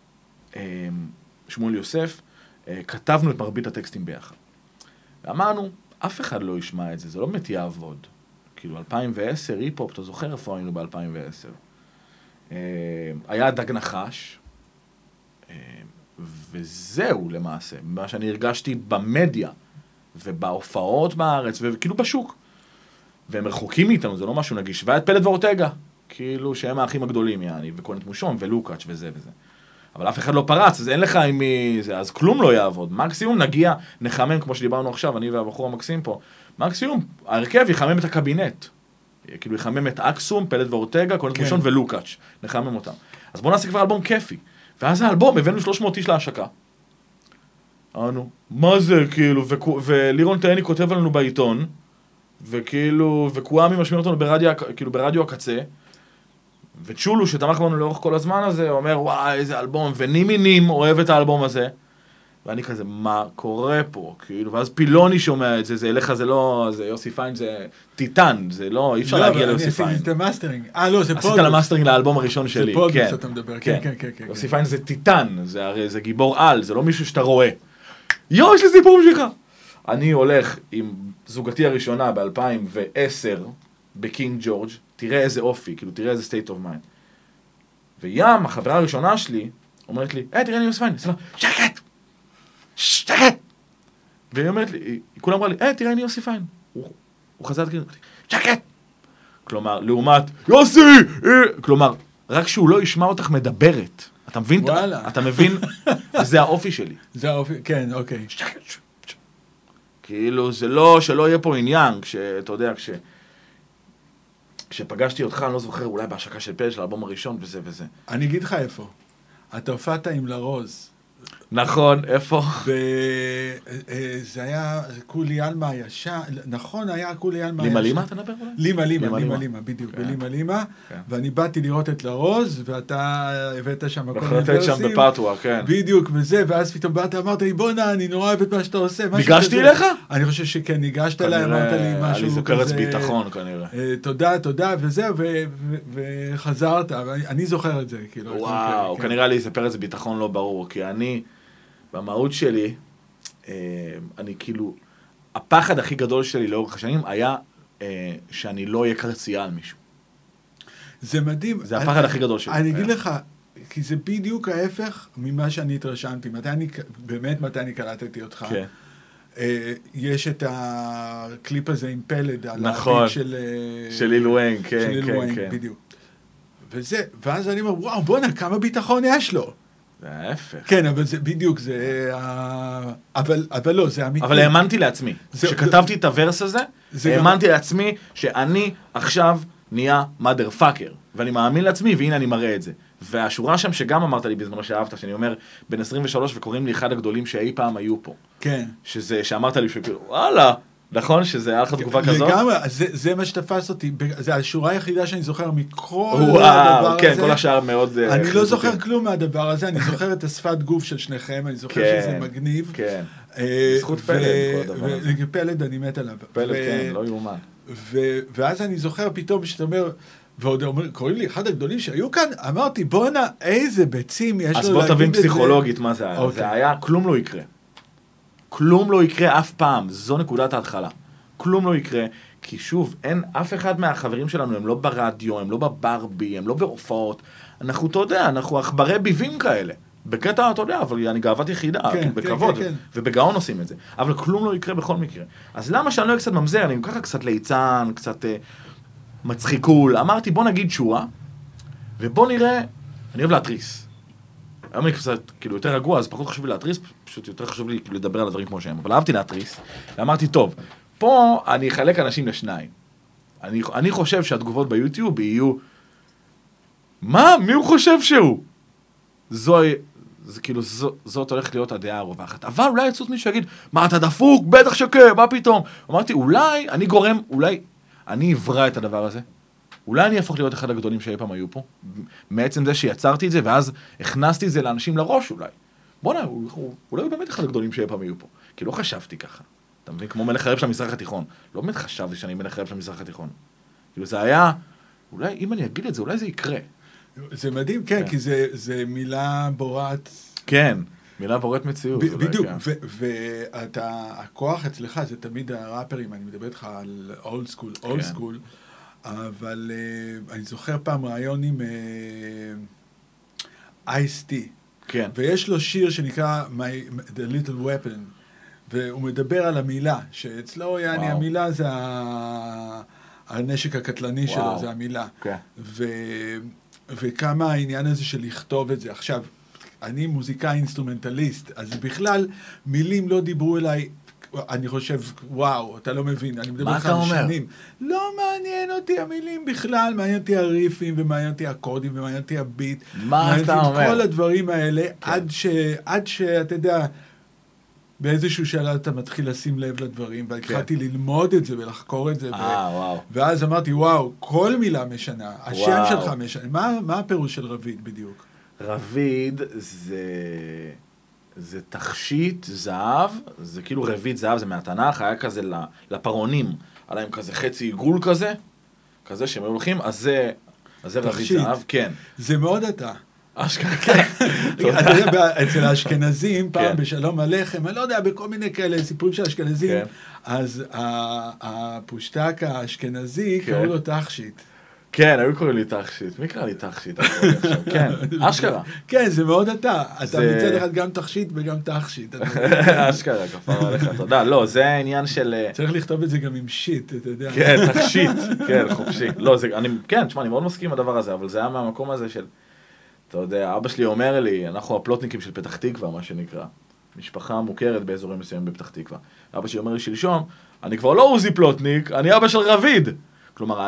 שמואל יוסף, כתבנו את מרבית הטקסטים ביחד. ואמרנו, אף אחד לא ישמע את זה, זה לא באמת יעבוד. כאילו, 2010, היפ-הופ, אתה זוכר איפה היינו ב-2010. היה דג נחש, וזהו למעשה, מה שאני הרגשתי במדיה, ובהופעות בארץ, וכאילו בשוק. והם רחוקים מאיתנו, זה לא משהו נגיש. והיה את פלד ואורטגה, כאילו שהם האחים הגדולים, יעני, וקונט מושון, ולוקאץ' וזה וזה. אבל אף אחד לא פרץ, אז אין לך עם מי זה, אז כלום לא יעבוד. מקסימום נגיע, נחמם, כמו שדיברנו עכשיו, אני והבחור המקסים פה, מקסימום, ההרכב יחמם את הקבינט. כאילו יחמם את אקסום, פלד ואורטגה, קונט מושון ולוקאץ', נחמם אותם. אז בואו נעשה כבר אלבום כיפי. ואז האלבום, הבאנו 300 איש להשקה. אמרנו, מה זה, כאילו, ולירון תהני כותב לנו בעיתון, וכאילו, וקוואמי משמיע אותנו ברדיו הקצה, וצ'ולו שתמך בנו לאורך כל הזמן הזה, אומר, וואי, איזה אלבום, ונימינים אוהב את האלבום הזה, ואני כזה, מה קורה פה? כאילו, ואז פילוני שומע את זה, זה אליך, זה לא, זה יוסי פיין, זה טיטן, זה לא, אי אפשר להגיע ליוסי פיין. עשיתי את המאסטרינג. לא, זה פרודוס. עשית למאסטרינג לאלבום הראשון שלי, זה פרודוס, אתה מדבר, כן. יוסי פיין זה טיטן, זה הרי, זה גיבור על, זה לא מישהו שאתה רואה. יש לי סיפור שלך. אני הולך עם זוגתי הראשונה ב-2010, בקינג ג'ורג', תראה איזה אופי, כאילו, תראה איזה state of mind. וים, החברה הראשונה שלי, אומרת לי, תראה אני יוסי פיין. אני שקט! שקט! והיא אומרת לי, כולה אמרה לי, תראה אני יוסי פיין. הוא חזר כאילו, שקט! כלומר, לעומת, יוסי! כלומר, רק שהוא לא ישמע אותך מדברת. אתה מבין? אתה מבין? זה האופי שלי. זה האופי, כן, אוקיי. שקט! כאילו, זה לא, שלא יהיה פה עניין, כשאתה יודע, כשפגשתי אותך, אני לא זוכר, אולי בהשקה של פלד של האלבום הראשון, וזה וזה. אני אגיד לך איפה. אתה הופעת עם לרוז. נכון, איפה? זה היה קולי אלמה הישן, נכון, היה קולי אלמה הישן. לימה לימה אתה נדבר אולי? לימה לימה, בדיוק, בלימה לימה, ואני באתי לראות את לרוז, ואתה הבאת שם הכל נברסים. שם בפאטווה, כן. בדיוק, וזה, ואז פתאום באת, אמרת לי, בונה, אני נורא אוהב את מה שאתה עושה. ניגשתי אליך? אני חושב שכן, ניגשת אליי, אמרת לי משהו כזה. היה לי זה פרץ ביטחון כנראה. תודה, וזהו, וחזרת, אני זוכר את זה, כאילו. וואו, כנראה לי זה פרץ ביטחון לא ברור, כי אני במהות שלי, אני כאילו, הפחד הכי גדול שלי לאורך השנים היה שאני לא אהיה קרצייה על מישהו. זה מדהים. זה הפחד הכי גדול שלי. אני אגיד לך, כי זה בדיוק ההפך ממה שאני התרשמתי. מתי אני קלטתי אותך? כן. יש את הקליפ הזה עם פלד, על נכון, של ליל וויין, כן, של ליל וויין, בדיוק. ואז אני אומר, וואו, בונה, כמה ביטחון יש לו. זה ההפך. כן, אבל זה בדיוק, זה... אבל לא, זה אמיתי. אבל האמנתי לעצמי. כשכתבתי את הוורס הזה, האמנתי לעצמי שאני עכשיו נהיה mother fucker. ואני מאמין לעצמי, והנה אני מראה את זה. והשורה שם שגם אמרת לי בזמנו שאהבת, שאני אומר, בין 23 וקוראים לי אחד הגדולים שאי פעם היו פה. כן. שאמרת לי שכאילו, וואלה, נכון שזה היה לך תגובה כזאת? לגמרי, זה מה שתפס אותי, זה השורה היחידה שאני זוכר מכל הדבר הזה. כן, כל השאר מאוד... אני לא זוכר כלום מהדבר הזה, אני זוכר את השפת גוף של שניכם, אני זוכר שזה מגניב. כן, זכות פלד, כל הדבר הזה. פלד, אני מת עליו. פלד, כן, לא יאומן. ואז אני זוכר פתאום שאתה אומר, ועוד אומר, קוראים לי אחד הגדולים שהיו כאן, אמרתי, בואנה, איזה ביצים יש לו להגיד את זה. אז בוא תבין פסיכולוגית מה זה היה. זה היה, כלום לא יקרה. כלום לא יקרה אף פעם, זו נקודת ההתחלה. כלום לא יקרה, כי שוב, אין אף אחד מהחברים שלנו, הם לא ברדיו, הם לא בברבי, הם לא בהופעות. אנחנו, אתה יודע, אנחנו עכברי ביבים כאלה. בקטע, אתה יודע, אבל אני גאוות יחידה, בכבוד, ובגאון עושים את זה. אבל כלום לא יקרה בכל מקרה. אז למה שאני לא אהיה קצת ממזר? אני ככה קצת ליצן, קצת מצחיקול. אמרתי, בוא נגיד שורה, ובוא נראה, אני אוהב להתריס. היום אני קצת, כאילו, יותר רגוע, אז פחות חשוב לי להתריס, פשוט יותר חשוב לי כאילו, לדבר על הדברים כמו שהם. אבל אהבתי להתריס, ואמרתי, טוב, פה אני אחלק אנשים לשניים. אני חושב שהתגובות ביוטיוב יהיו, מה? מי הוא חושב שהוא? זה כאילו, זאת הולכת להיות הדעה הרווחת. אבל אולי יצוץ מישהו שיגיד, מה אתה דפוק? בטח שכן, מה פתאום? אמרתי, אולי אני גורם, אולי אני אברא את הדבר הזה. אולי אני אהפוך להיות אחד הגדולים שאי פעם היו פה, מעצם זה שיצרתי את זה, ואז הכנסתי את זה לאנשים לראש אולי. בוא'נה, אולי הוא באמת אחד הגדולים שאי פעם היו פה. כי לא חשבתי ככה. אתה מבין? כמו מלך הרב של המזרח התיכון. לא באמת חשבתי שאני מלך הרב של המזרח התיכון. כאילו זה היה, אולי אם אני אגיד את זה, אולי זה יקרה. זה מדהים, כן, כי זה מילה בורת. כן, מילה בורת מציאות. בדיוק, והכוח אצלך זה תמיד הראפרים, אני מדבר איתך על אולד סקול, אבל אני זוכר פעם רעיון עם אייס-טי. כן. ויש לו שיר שנקרא The Little Weapon, והוא מדבר על המילה, שאצלו יעני המילה זה הנשק הקטלני שלו, זה המילה. וכמה העניין הזה של לכתוב את זה. עכשיו, אני מוזיקאי אינסטרומנטליסט, אז בכלל מילים לא דיברו אליי, אני חושב, וואו, אתה לא מבין, אני מדבר לך על שנים. לא מעניין אותי המילים בכלל, מעניין אותי הריפים, ומעניין אותי האקורדים, ומעניין אותי הביט. מה אתה אומר? כל הדברים האלה, עד שאתה יודע, באיזשהו שאלה אתה מתחיל לשים לב לדברים, והתחלתי ללמוד את זה ולחקור את זה. ואז אמרתי, וואו, כל מילה משנה, השם שלך משנה. מה הפירוש של רביד בדיוק? רביד זה תכשיט זהב, זה כאילו רביד זהב, זה מהתנ"ך, היה כזה לפרעונים, עליהם כזה חצי עיגול כזה שהם הולכים, אז זה רביד זהב, כן. זה מאוד אתה. אשכרה, כן. אתה יודע, אצל האשכנזים, פעם בשלום הלחם, אני לא יודע, בכל מיני כאלה סיפורים של האשכנזים, אז הפושטק האשכנזי קראו לו תכשיט. כן, היו קוראים לי תכשיט. מי קרא לי תכשיט? כן, אשכרה. כן, זה מאוד אתה. אתה מצד אחד גם תכשיט וגם תכשיט. אשכרה, כפרה עליך, תודה. לא, זה העניין של... צריך לכתוב את זה גם עם שיט, אתה יודע. כן, תכשיט. כן, חופשי. לא, כן, תשמע, אני מאוד מסכים עם הדבר הזה, אבל זה היה מהמקום הזה של... אתה יודע, אבא שלי אומר לי, אנחנו הפלוטניקים של פתח תקווה, מה שנקרא. משפחה מוכרת באזורים מסוימים בפתח תקווה. אבא שלי אומר לי שלשום, אני כבר לא עוזי פלוטניק, אני אבא של רביד. כלומר,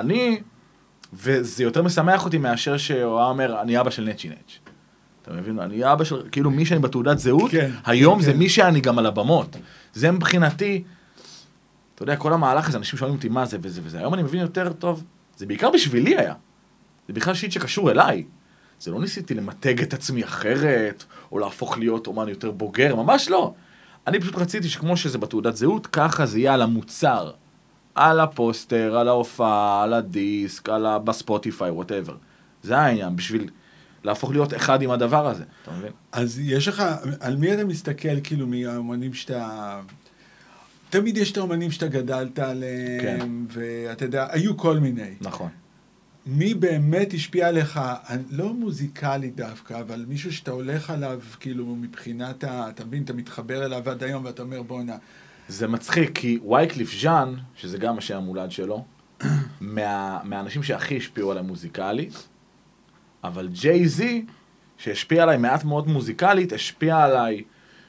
וזה יותר משמח אותי מאשר שהוא אומר, אני אבא של נצ'י נץ'. אתה מבין? אני אבא של, כאילו מי שאני בתעודת זהות, היום זה מי שאני גם על הבמות. זה מבחינתי, אתה יודע, כל המהלך הזה, אנשים שואלים אותי מה זה וזה וזה. היום אני מבין יותר טוב, זה בעיקר בשבילי היה. זה בכלל שיט שקשור אליי. זה לא ניסיתי למתג את עצמי אחרת, או להפוך להיות אומן יותר בוגר, ממש לא. אני פשוט רציתי שכמו שזה בתעודת זהות, ככה זה יהיה על המוצר. על הפוסטר, על ההופעה, על הדיסק, בספוטיפיי, whatever. זה העניין, בשביל להפוך להיות אחד עם הדבר הזה, אתה מבין? אז יש לך, על מי אתה מסתכל כאילו מהאומנים שאתה... תמיד יש את האומנים שאתה גדלת עליהם, כן. ואתה יודע, היו כל מיני. נכון. מי באמת השפיע עליך, לא מוזיקלי דווקא, אבל מישהו שאתה הולך עליו, כאילו מבחינת, אתה מבין, אתה מתחבר אליו עד היום, ואתה אומר, בוא נע. זה מצחיק, כי וייקליף ז'אן, שזה גם השם המולד שלו, מהאנשים שהכי השפיעו עליי מוזיקלית, אבל ג'יי זי, שהשפיע עליי מעט מאוד מוזיקלית, השפיע עליי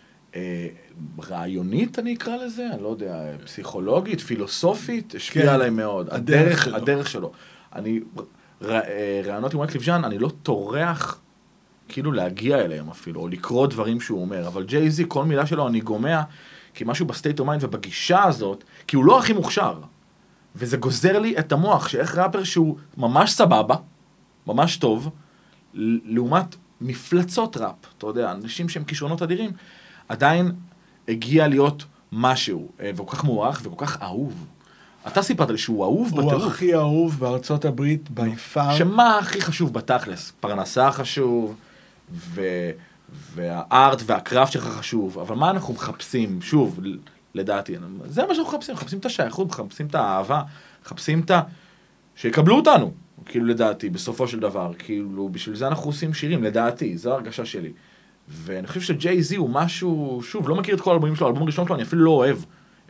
רעיונית, אני אקרא לזה, אני לא יודע, פסיכולוגית, פילוסופית, השפיע עליי מאוד. הדרך שלו. אני, רעיונות עם וייקליף ז'אן, אני לא טורח כאילו להגיע אליהם אפילו, או לקרוא דברים שהוא אומר, אבל ג'יי זי, כל מילה שלו אני גומע, כי משהו בסטייט אוף מיינד ובגישה הזאת, כי הוא לא הכי מוכשר. וזה גוזר לי את המוח, שאיך ראפר שהוא ממש סבבה, ממש טוב, לעומת מפלצות ראפ, אתה יודע, אנשים שהם כישרונות אדירים, עדיין הגיע להיות משהו, וכל כך מוערך וכל כך אהוב. אתה סיפרת לי שהוא אהוב בטירוף. הוא הכי אהוב בארצות הברית, ביפר. שמה הכי חשוב בתכלס? פרנסה חשוב, והארט והקראפט שלך חשוב, אבל מה אנחנו מחפשים? שוב, לדעתי, זה מה שאנחנו מחפשים, מחפשים את השייכות, מחפשים את האהבה, מחפשים את שיקבלו אותנו, כאילו לדעתי, בסופו של דבר, כאילו בשביל זה אנחנו עושים שירים, לדעתי, זו ההרגשה שלי. ואני חושב שג'יי-זי הוא משהו, שוב, לא מכיר את כל האלבומים שלו, האלבום הראשון שלו אני אפילו לא אוהב,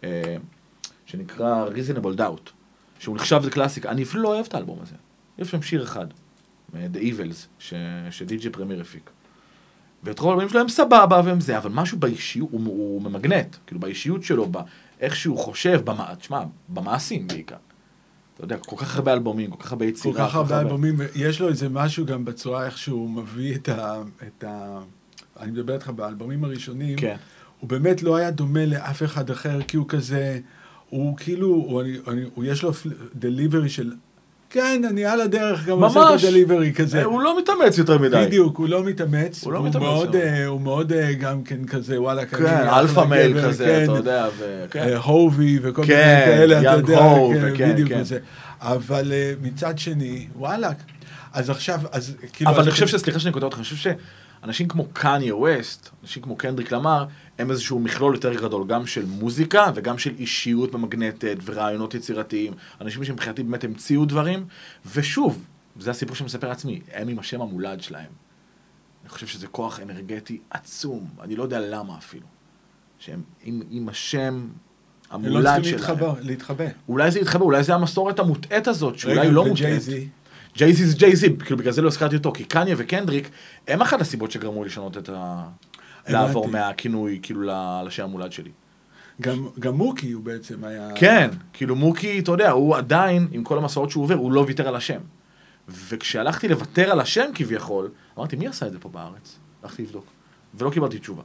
שנקרא Reasonable Doubt, שהוא נחשב לקלאסיקה, אני אפילו לא אוהב את האלבום הזה. יש שם שיר אחד, The Evils, שדי.ג'י פרמיר הפיק. ואת כל האלבומים שלו הם סבבה והם זה, אבל משהו באישיות, הוא ממגנט, כאילו באישיות שלו, איך שהוא חושב, במעשים בעיקר. אתה יודע, כל כך הרבה אלבומים, כל כך הרבה יצירה. כל כך הרבה אלבומים, יש לו איזה משהו גם בצורה איך שהוא מביא את אני מדבר איתך באלבומים הראשונים, כן. הוא באמת לא היה דומה לאף אחד אחר, כי הוא כזה, הוא כאילו, הוא יש לו דליברי של, כן, אני על הדרך גם עושה את הדליברי כזה. הוא לא מתאמץ יותר מדי. בדיוק, הוא לא מתאמץ. הוא מאוד גם כן כזה, וואלה, כן, אלפא מייל כזה, אתה יודע. הובי וכל מיני כאלה, אתה יודע, בדיוק כזה. אבל מצד שני, וואלה, אז עכשיו, אבל אני חושב סליחה שאני קוטע אותך, אני חושב שאנשים כמו קניה ווסט, אנשים כמו קנדריק למר, הם איזשהו מכלול יותר גדול, גם של מוזיקה וגם של אישיות ממגנטת ורעיונות יצירתיים. אנשים שמבחינתי באמת המציאו דברים, ושוב, זה הסיפור שמספר עצמי, הם עם השם המולד שלהם. אני חושב שזה כוח אנרגטי עצום, אני לא יודע למה אפילו. שהם עם השם המולד שלהם. הם לא צריכים להתחבא. אולי זה יתחבא, אולי זה המסורת המוטעת הזאת, שאולי לא מוטעת. ג'יי-זי זה ג'יי-זי, כאילו בגלל זה לא הזכרתי אותו, כי קניה וקנדריק הם אחת הסיבות שגרמו לשנות את לעבור מהכינוי כאילו לשם המולד שלי. גם מוקי הוא בעצם היה... כן, כאילו מוקי, אתה יודע, הוא עדיין, עם כל המסורות שהוא עובר, הוא לא ויתר על השם. וכשהלכתי לוותר על השם כביכול, אמרתי, מי עשה את זה פה בארץ? הלכתי לבדוק. ולא קיבלתי תשובה.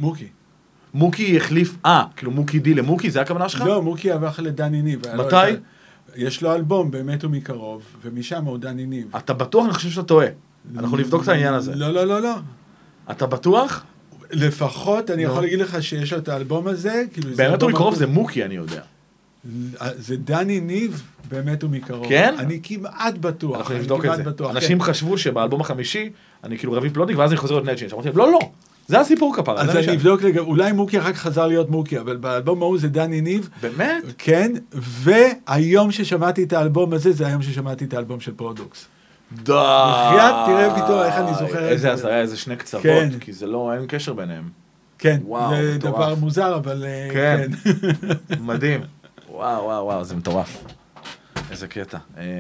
מוקי החליף, כאילו מוקי די למוקי, זה הכוונה שלך? לא, מוקי עבר לדני ניב. מתי? יש לו אלבום, באמת הוא מקרוב, ומשם הוא דני ניב. אתה בטוח? אני חושב שאתה טועה. אנחנו נבדוק את העניין הזה. לא. אתה בטוח? לפחות אני יכול להגיד לך שיש לו את האלבום הזה. באמת הוא מקרוב, זה מוקי, אני יודע. זה דני ניב, באמת הוא מקרוב. כן? אני כמעט בטוח. אנחנו נבדוק את זה. אנשים חשבו שבאלבום החמישי, אני כאילו רבי פלוטניק, ואז אני חוזר להיות נטשין. אמרתי, לא. זה הסיפור כפרה. אז אני אבדוק אולי מוקי רק חזר להיות מוקי, אבל באלבום ההוא זה דני ניב. באמת? כן, והיום ששמעתי את האלבום הזה, זה היום ששמעתי את האלבום של פרודוקס. תראה פתאום איך אני זוכר. איזה הזיה, איזה שני קצוות, כי זה לא, אין קשר ביניהם. כן, זה דבר מוזר, אבל כן. מדהים. וואו, זה מטורף. איזה קטע.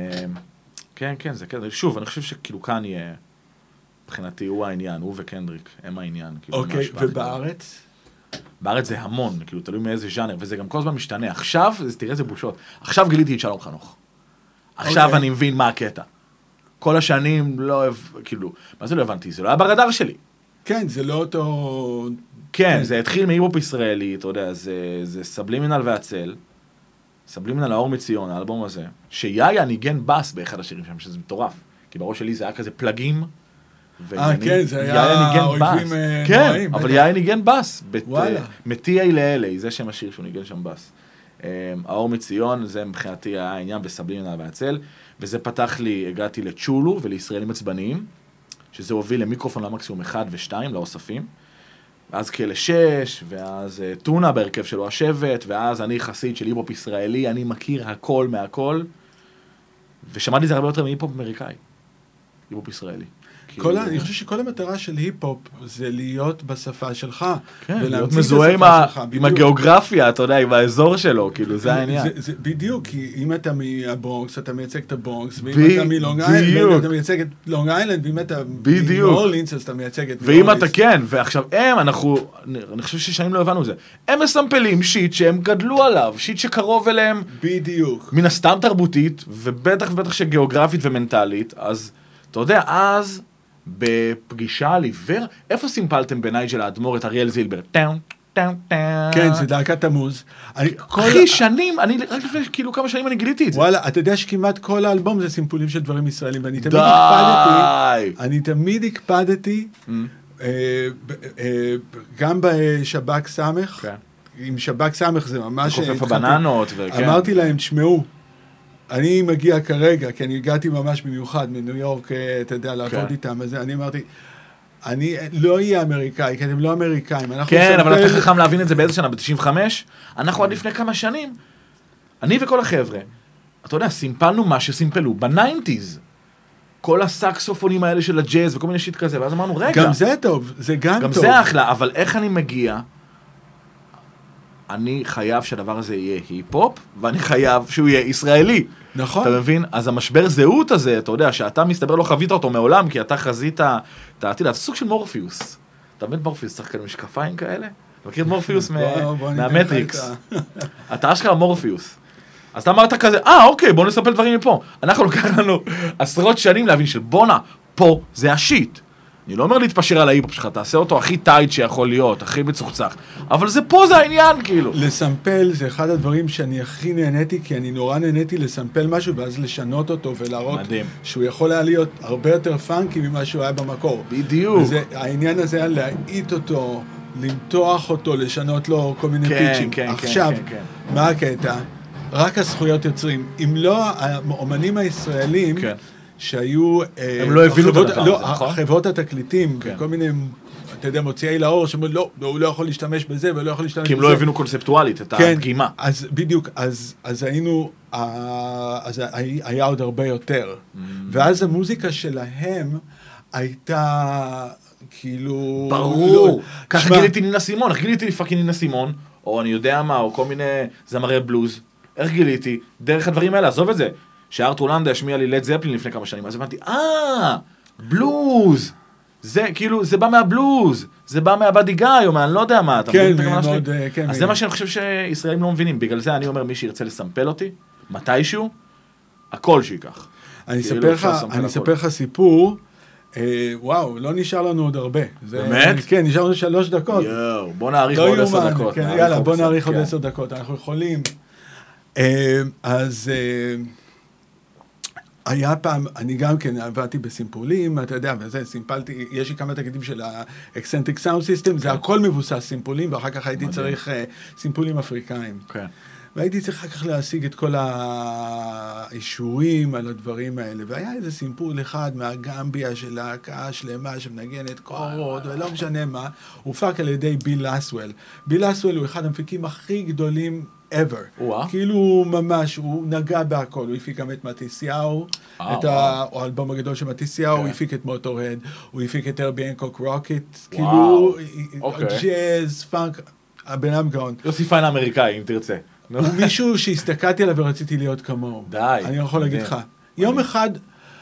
כן, זה קטע. שוב, אני חושב שכאילו כאן יהיה... מבחינתי הוא העניין, הוא וקנדריק, הם העניין. אוקיי, ובארץ? בארץ זה המון, כאילו, תלוי מאיזה ז'אנר, וזה גם כל הזמן משתנה. עכשיו, תראה איזה בושות. עכשיו גיליתי את שלום חנוך. עכשיו אני מבין מה הקטע. כל השנים לא אוהב, כאילו, מה זה לא הבנתי? זה לא היה ברדאר שלי. כן, זה לא אותו... כן, זה התחיל מהיפ-הופ ישראלי, אתה יודע, זה סבלימינל והצל, סבלימינל האור מציון, האלבום הזה, שיאיה ניגן בס באחד השירים שם, שזה מטורף. כי בראש שלי זה היה כזה פלגים, כן, זה היה אויבים נוראים. כן, אבל יאיה ניגן בס, מתיאי לאלי, זה שם השיר שהוא ניגן שם בס. האור מציון, זה מבחינתי היה העניין בסבלימינל והצל, וזה פתח לי, הגעתי לצ'ולו ולישראלים עצבניים, שזה הוביל למיקרופון למקסימום 1 ו-2, לאוספים, ואז כאלה 6, ואז טונה בהרכב שלו השבט, ואז אני חסיד של היפ-הופ ישראלי, אני מכיר הכל מהכל, ושמעתי זה הרבה יותר מהיפ-הופ אמריקאי, היפ-הופ ישראלי. אני חושב שכל המטרה של היפ-הופ זה להיות בשפה שלך. כן, להיות מזוהה עם הגיאוגרפיה, אתה יודע, עם האזור שלו, כאילו, זה העניין. בדיוק, כי אם אתה מהברונקס, אתה מייצג את הברונקס, ואם אתה מלונג איילנד, אתה מייצג את לונג איילנד, ואם אתה מאורלינס, אז אתה מייצג את ואורלינס. ואם אתה כן, ועכשיו אני חושב ששנים לא הבנו את זה, הם מסמפלים שיט שהם גדלו עליו, שיט שקרוב אליהם. בדיוק. מן הסתם תרבותית, ובטח שגיאוגרפית ומנטלית, אז אתה יודע, אז בפגישה על עיוור, איפה סימפלתם בנייג'ל האדמו"ר את אריאל זילבר? טאון, כן, זה להקת תמוז. אחי, שנים, רק לפני כאילו כמה שנים אני גיליתי את זה. וואלה, אתה יודע שכמעט כל האלבום זה סימפולים של דברים ישראלים, ואני תמיד הקפדתי, גם בשב"כ סמך, עם שב"כ סמך זה ממש... כופף הבננות, וכן. אמרתי להם, תשמעו, אני מגיע כרגע, כי אני הגעתי ממש במיוחד מניו יורק, אתה יודע, לעבוד איתם, אז אני אמרתי, אני לא אהיה אמריקאי, כי אתם לא אמריקאים. כן, אבל אתה חכם להבין את זה באיזה שנה, ב-95? אנחנו עד לפני כמה שנים, אני וכל החבר'ה, אתה יודע, סימפלנו מה שסימפלו ב-90s. כל הסקסופונים האלה של הג'אז וכל מיני שיט כזה, ואז אמרנו, רגע. גם זה טוב, זה גם טוב. גם זה אחלה, אבל איך אני מגיע? אני חייב שהדבר הזה יהיה היפ-הופ, ואני חייב שהוא יהיה ישראלי. נכון. אתה מבין? אז המשבר זהות הזה, אתה יודע, שאתה מסתבר לא חווית אותו מעולם, כי אתה חזית, אתה סוג של מורפיוס. אתה מבין מורפיוס, צריך כאלה משקפיים כאלה? אתה מכיר את מורפיוס מהמטריקס? אתה אשכרה מורפיוס. אז אתה אמרת כזה, אוקיי, בוא נספר דברים מפה. אנחנו לוקח לנו עשרות שנים להבין של בונה, פה זה השיט. אני לא אומר להתפשר על ההיפ-הופ שלך, תעשה אותו הכי טייט שיכול להיות, הכי מצוחצח. אבל פה זה העניין, כאילו. לסמפל זה אחד הדברים שאני הכי נהניתי, כי אני נורא נהניתי לסמפל משהו, ואז לשנות אותו ולהראות שהוא יכול היה להיות הרבה יותר פאנקי ממה שהוא היה במקור. בדיוק. העניין הזה היה להעיט אותו, למתוח אותו, לשנות לו כל מיני פיצ'ים. עכשיו, מה הקטע? רק הזכויות יוצרים. אם לא, האומנים הישראלים, שהיו... הם לא הבינו את הדבר הזה, נכון? חברות התקליטים, וכל מיני, אתה יודע, מוציאי לאור, שאומרים, לא, הוא לא יכול להשתמש בזה, ולא יכול להשתמש בזה. כי הם לא הבינו קונספטואלית את הפגימה. אז בדיוק, אז היינו, אז היה עוד הרבה יותר. ואז המוזיקה שלהם הייתה, כאילו... ברור. ככה גיליתי נינה סימון, איך גיליתי פאקינג נינה סימון, או אני יודע מה, או כל מיני זמרי בלוז. איך גיליתי? דרך הדברים האלה, עזוב את זה. שארתור לנדה השמיע לי לד זפלין לפני כמה שנים, אז הבנתי, בלוז! זה כאילו, זה בא מהבלוז, זה בא מהבאדי גיא, או מה, אני לא יודע מה, אתה מבין את הכוונה שלי? אז זה מה שאני חושב שישראלים לא מבינים, בגלל זה אני אומר, מי שירצה לסמפל אותי, מתישהו, הכל שיקח. אני אספר לך סיפור, וואו, לא נשאר לנו עוד הרבה. באמת? כן, נשאר לנו 3 דקות. יואו, בוא נאריך עוד 10 דקות. יאללה, בוא נאריך עוד 10 דקות, אנחנו יכולים. אז היה פעם, אני גם כן עבדתי בסימפולים, אתה יודע, וזה, סימפלתי, יש לי כמה תקדים של ה-Eccentric Sound System, זה הכל מבוסס סימפולים, ואחר כך הייתי צריך סימפולים אפריקאים. והייתי צריך אחר כך להשיג את כל האישורים על הדברים האלה, והיה איזה סימפול אחד מהגמביה של להקה שלמה שמנגנת קורות, ולא משנה מה, הופק על ידי ביל לסוול. ביל לסוול הוא אחד המפיקים הכי גדולים ever. כאילו ממש, הוא נגע בהכל, הוא הפיק גם את מתיסיהו, את האלבום הגדול של מתיסיהו, הוא הפיק את מוטורד, הוא הפיק את הרבי הנקוק רוקט, כאילו ג'אז, פאנק, הבן אדם גאון. יוסי פיין האמריקאי, אם תרצה. הוא מישהו שהסתכלתי עליו ורציתי להיות כמוהו. די. אני יכול להגיד לך. יום אחד,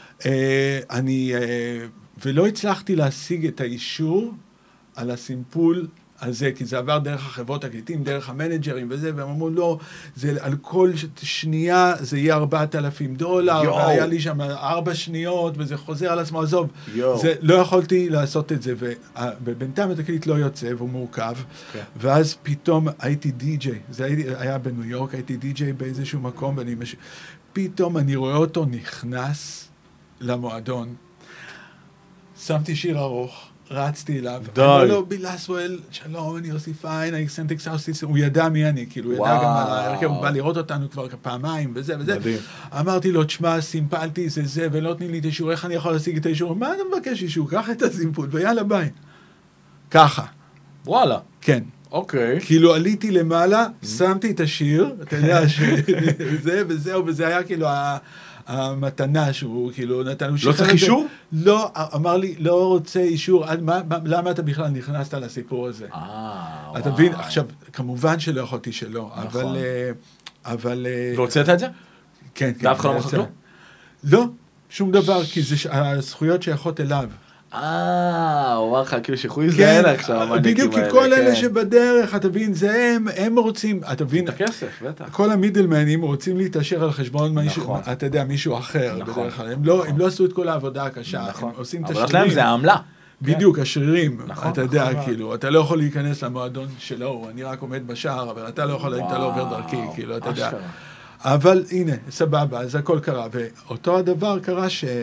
ולא הצלחתי להשיג את האישור על הסימפול הזה, כי זה עבר דרך החברות תקליטים, דרך המנג'רים וזה, והם אמרו, לא, זה על כל שנייה זה יהיה $4,000, והיה לי שם 4 שניות, וזה חוזר על עצמו, עזוב. לא יכולתי לעשות את זה, ובינתיים התקליט לא יוצא, והוא מורכב, ואז פתאום הייתי די-ג'יי, זה היה בניו יורק, הייתי די-ג'יי באיזשהו מקום, פתאום אני רואה אותו נכנס למועדון, שמתי שיר ארוך, רצתי אליו, אמרו לו, ביל לסוול, שלום, אני יוסי פיין, האקסנטריק סאונד סיסטם, הוא ידע מי אני, כאילו, הוא ידע גם על ההרכב, הוא בא לראות אותנו כבר פעמיים, וזה וזה. אמרתי לו, תשמע, סימפלתי, זה, ולא תני לי את האישור, איך אני יכול להשיג את האישור? מה אתה מבקש אישור? קח את הסימפול, ויאללה, ביי. ככה. וואלה. כן. אוקיי. כאילו, עליתי למעלה, שמתי את השיר, אתה יודע, וזהו, וזה היה כאילו המתנה שהוא כאילו נתן... לא צריך אישור? לא, אמר לי, לא רוצה אישור, למה אתה בכלל נכנסת לסיפור הזה? אתה מבין, עכשיו, כמובן שלא יכולתי שלא, אבל... והוצאת את זה? כן, כן. ואף אחד לא מחק לו? לא, שום דבר, כי זה הזכויות שייכות אליו. הוא אמר לך, כאילו שכו יזדהן עכשיו. בדיוק, כי כל אלה שבדרך, אתה מבין, זה הם רוצים, אתה מבין, את הכסף, בטח. כל המידלמנים רוצים להתעשר על חשבון מישהו, אתה יודע, מישהו אחר, בדרך כלל. הם לא עשו את כל העבודה הקשה, הם עושים את השנים. אבל שלהם זה העמלה. בדיוק, השרירים, נכון, אתה יודע, נכון. כאילו, אתה לא יכול להיכנס למועדון שלו, אני רק עומד בשער, אבל אתה לא יכול, אם אתה לא עובר דרכי, כאילו, אתה יודע. אשכרה. אבל הנה, סבבה, אז הכל קרה, ואותו הדבר קרה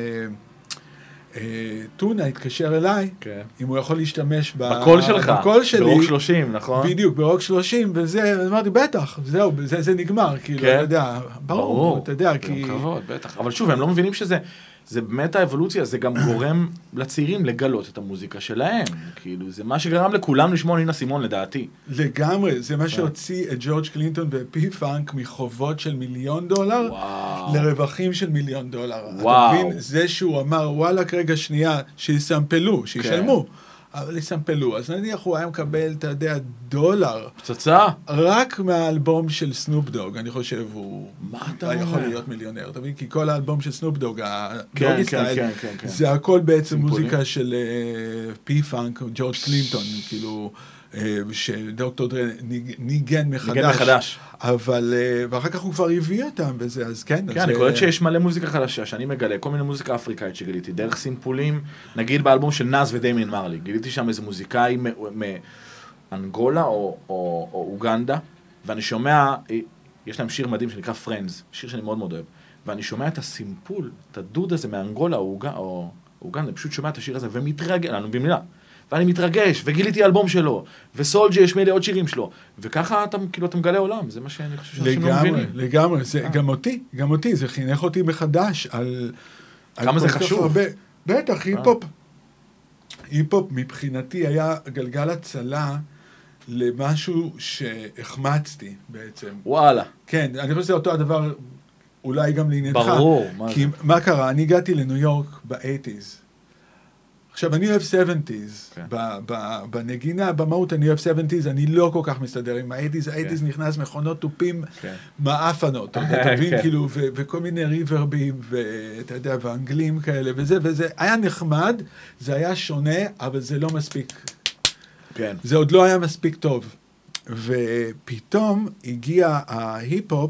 טונה התקשר אליי, כן. אם הוא יכול להשתמש בקול שלך, בקול שלי, ברוק 30, נכון? בדיוק, ברוק 30, וזה, אמרתי, בטח, זהו, זה נגמר, כאילו, כן. אתה יודע, ברור, אתה יודע, כי... כבוד, בטח. אבל שוב, הם לא מבינים שזה... זה באמת האבולוציה, זה גם גורם לצעירים לגלות את המוזיקה שלהם. כאילו, זה מה שגרם לכולם לשמוע נינה סימון, לדעתי. לגמרי, זה מה שהוציא את ג'ורג' קלינטון ופי פאנק מחובות של $1,000,000 לרווחים של $1,000,000. וואו. אתה מבין? זה שהוא אמר, וואלה, רגע שנייה, שיסמפלו, שישלמו. אבל יסמפלו. אז נניח הוא היה מקבל, אתה יודע, $1. פצצה. רק מהאלבום של סנופ דוג, אני חושב, הוא אתה יכול אומר? להיות מיליונר. אתה מבין? כי כל האלבום של סנופ דוג, כן, הדוגי כן, סטייל, כן, כן, כן. זה הכל בעצם סימפולים. מוזיקה של פי פאנק, ג'ורג' קלינטון, כאילו, שדוקטור דרי ניגן מחדש. אבל, ואחר כך הוא כבר הביא אותם, וזה, אז כן. כן, אני קולט שיש מלא מוזיקה חדשה, שאני מגלה, כל מיני מוזיקה אפריקאית שגיליתי, דרך סימפולים, נגיד באלבום של נאז ודמיין מרלי, גיליתי שם איזה מוזיקאי מאנגולה או אוגנדה, ואני שומע, יש להם שיר מדהים שנקרא Friends, שיר שאני מאוד מאוד אוהב, ואני שומע את הסימפול, את הדוד הזה מאנגולה או אוגנדה, פשוט שומע את השיר הזה ומתרגש, אני מבין מילה, ואני מתרגש, וגיליתי אלבום שלו, וסולג'י השמיע לי עוד שירים שלו, וככה אתה, כאילו, אתה מגלה עולם, זה מה שאני חושב שאנשים לא מבינים. לגמרי, זה גם אותי, זה חינך אותי מחדש על... כמה זה חשוב. בטח, היפ-הופ מבחינתי היה גלגל הצלה למשהו שהחמצתי בעצם. וואלה. כן, אני חושב שזה אותו הדבר, אולי גם לעניינך. ברור. כי מה קרה? אני הגעתי לניו יורק ב-80s. עכשיו, אני אוהב 70s, בנגינה, במהות אני אוהב 70s, אני לא כל כך מסתדר עם ה-80s, ה-80s נכנס מכונות תופים מאפנות, אתה מבין, כאילו, וכל מיני ריברבים, ואתה יודע, ואנגלים כאלה, וזה היה נחמד, זה היה שונה, אבל זה לא מספיק, זה עוד לא היה מספיק טוב, ופתאום הגיע ההיפ-הופ,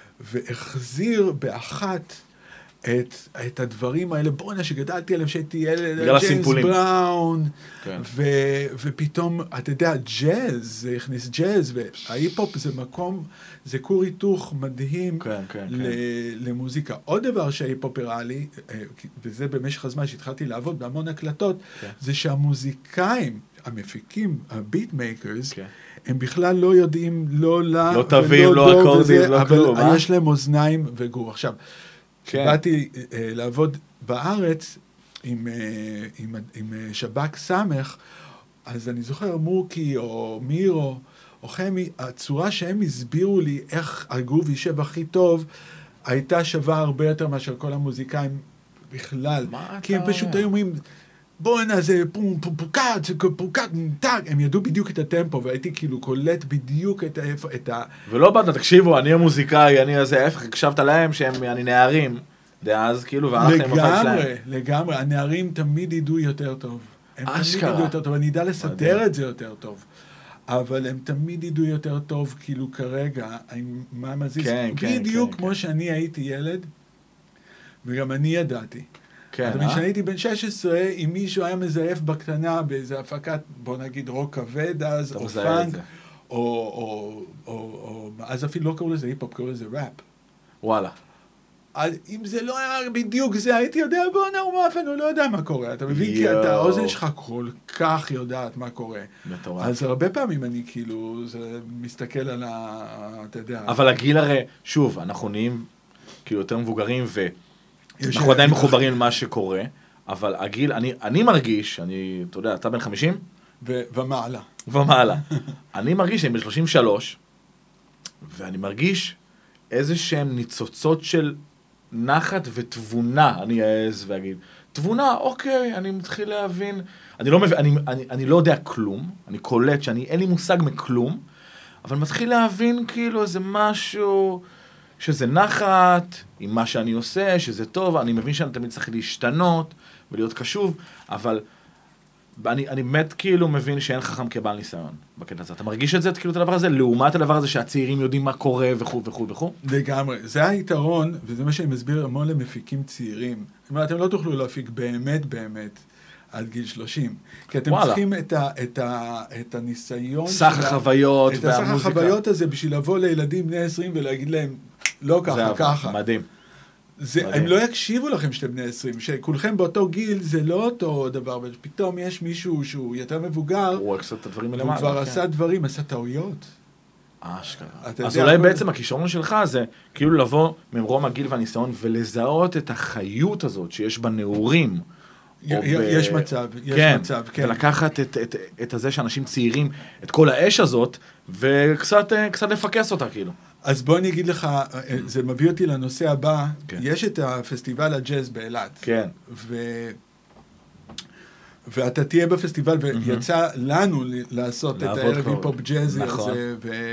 והחזיר באחת, את הדברים האלה, בואנה שגדלתי עליהם שהייתי ילד, ג'יימס בראון, ופתאום, אתה יודע, ג'אז, זה הכניס ג'אז, וההיפ-הופ זה מקום, זה כור היתוך מדהים למוזיקה. עוד דבר שההיפ-הופ הראה לי, וזה במשך הזמן שהתחלתי לעבוד בהמון הקלטות, זה שהמוזיקאים, המפיקים, הביט מייקרס, הם בכלל לא יודעים, לא תווים, לא אקורדים, לא כלום, אבל יש להם אוזניים וגור. עכשיו, כשבאתי לעבוד בארץ עם שבק סמך, אז אני זוכר מוקי או מירו או חמי, הצורה שהם הסבירו לי איך הגרוב יישב הכי טוב, הייתה שווה הרבה יותר מאשר כל המוזיקאים בכלל. כי הם פשוט היו אומרים, בוא הנה זה פום פום פוקט, פוקט, טאק, הם ידעו בדיוק את הטמפו, והייתי כאילו קולט בדיוק את ה... ולא באת, תקשיבו, אני המוזיקאי, אני הזה, איפה, הקשבת להם שהם נערים, דאז כאילו, והלכתם עם הפייט שלהם. לגמרי, הנערים תמיד ידעו יותר טוב. הם תמיד ידעו יותר טוב, אני אדע לסדר את זה יותר טוב. אבל הם תמיד ידעו יותר טוב, כאילו כרגע, מה מזיז, בדיוק כמו שאני הייתי ילד, וגם אני ידעתי. אבל כשאני הייתי בן 16, אם מישהו היה מזייף בקטנה באיזו הפקת, בוא נגיד רוק כבד אז, או פאנק, או אז אפילו לא קראו לזה היפ-הופ, קראו לזה ראפ. וואלה. אז אם זה לא היה בדיוק זה, הייתי יודע, בוא נאו מאפן, הוא לא יודע מה קורה. אתה מבין? כי האוזן שלך כל כך יודעת מה קורה. אז הרבה פעמים אני כאילו מסתכל על אתה יודע. אבל הגיל הרי, שוב, אנחנו נהיים כאילו יותר מבוגרים אנחנו עדיין מחוברים למה שקורה, אבל הגיל, אני מרגיש, אתה יודע, אתה בן 50? ומעלה. ומעלה. אני מרגיש שאני בן 33, ואני מרגיש איזה שהם ניצוצות של נחת ותבונה, אני אעז ואגיד. תבונה, אוקיי, אני מתחיל להבין. אני לא יודע כלום, אני קולט אין לי מושג מכלום, אבל מתחיל להבין כאילו איזה משהו... שזה נחת, עם מה שאני עושה, שזה טוב, אני מבין שאני תמיד צריך להשתנות ולהיות קשוב, אבל אני באמת כאילו מבין שאין חכם כבעל ניסיון בקטע הזה. אתה מרגיש את זה, כאילו את הדבר הזה, לעומת הדבר הזה שהצעירים יודעים מה קורה וכו' וכו' וכו'? לגמרי. זה היתרון, וזה מה שאני מסביר המון למפיקים צעירים. זאת אומרת, אתם לא תוכלו להפיק באמת באמת, עד גיל 30. כי אתם וואלה. צריכים את הניסיון סך החוויות את והמוזיקה. הסך החוויות הזה בשביל לבוא לילדים בני 20 ולהגיד להם, לא ככה, ככה. מדהים. הם לא יקשיבו לכם שאתם בני 20, שכולכם באותו גיל זה לא אותו דבר, ופתאום יש מישהו שהוא יותר מבוגר, הוא עושה את הדברים הוא מלמעלה. כבר כן. עשה דברים, עשה טעויות. אשכרה. אתה אז יודע, אולי הכל- בעצם הכישרון שלך זה כאילו לבוא ממרום הגיל והניסיון ולזהות את החיות הזאת שיש בנעורים. יש מצב, יש כן, מצב, כן. ולקחת את הזה שאנשים צעירים, את כל האש הזאת, וקצת לפקס אותה כאילו. אז בוא אני אגיד לך, זה מביא אותי לנושא הבא, כן. יש את הפסטיבל הג'אז באילת. כן. ואתה תהיה בפסטיבל, ויצא לנו לעשות את לעבוד הערב כבר. היפ-הופ ג'אזי נכון. הזה,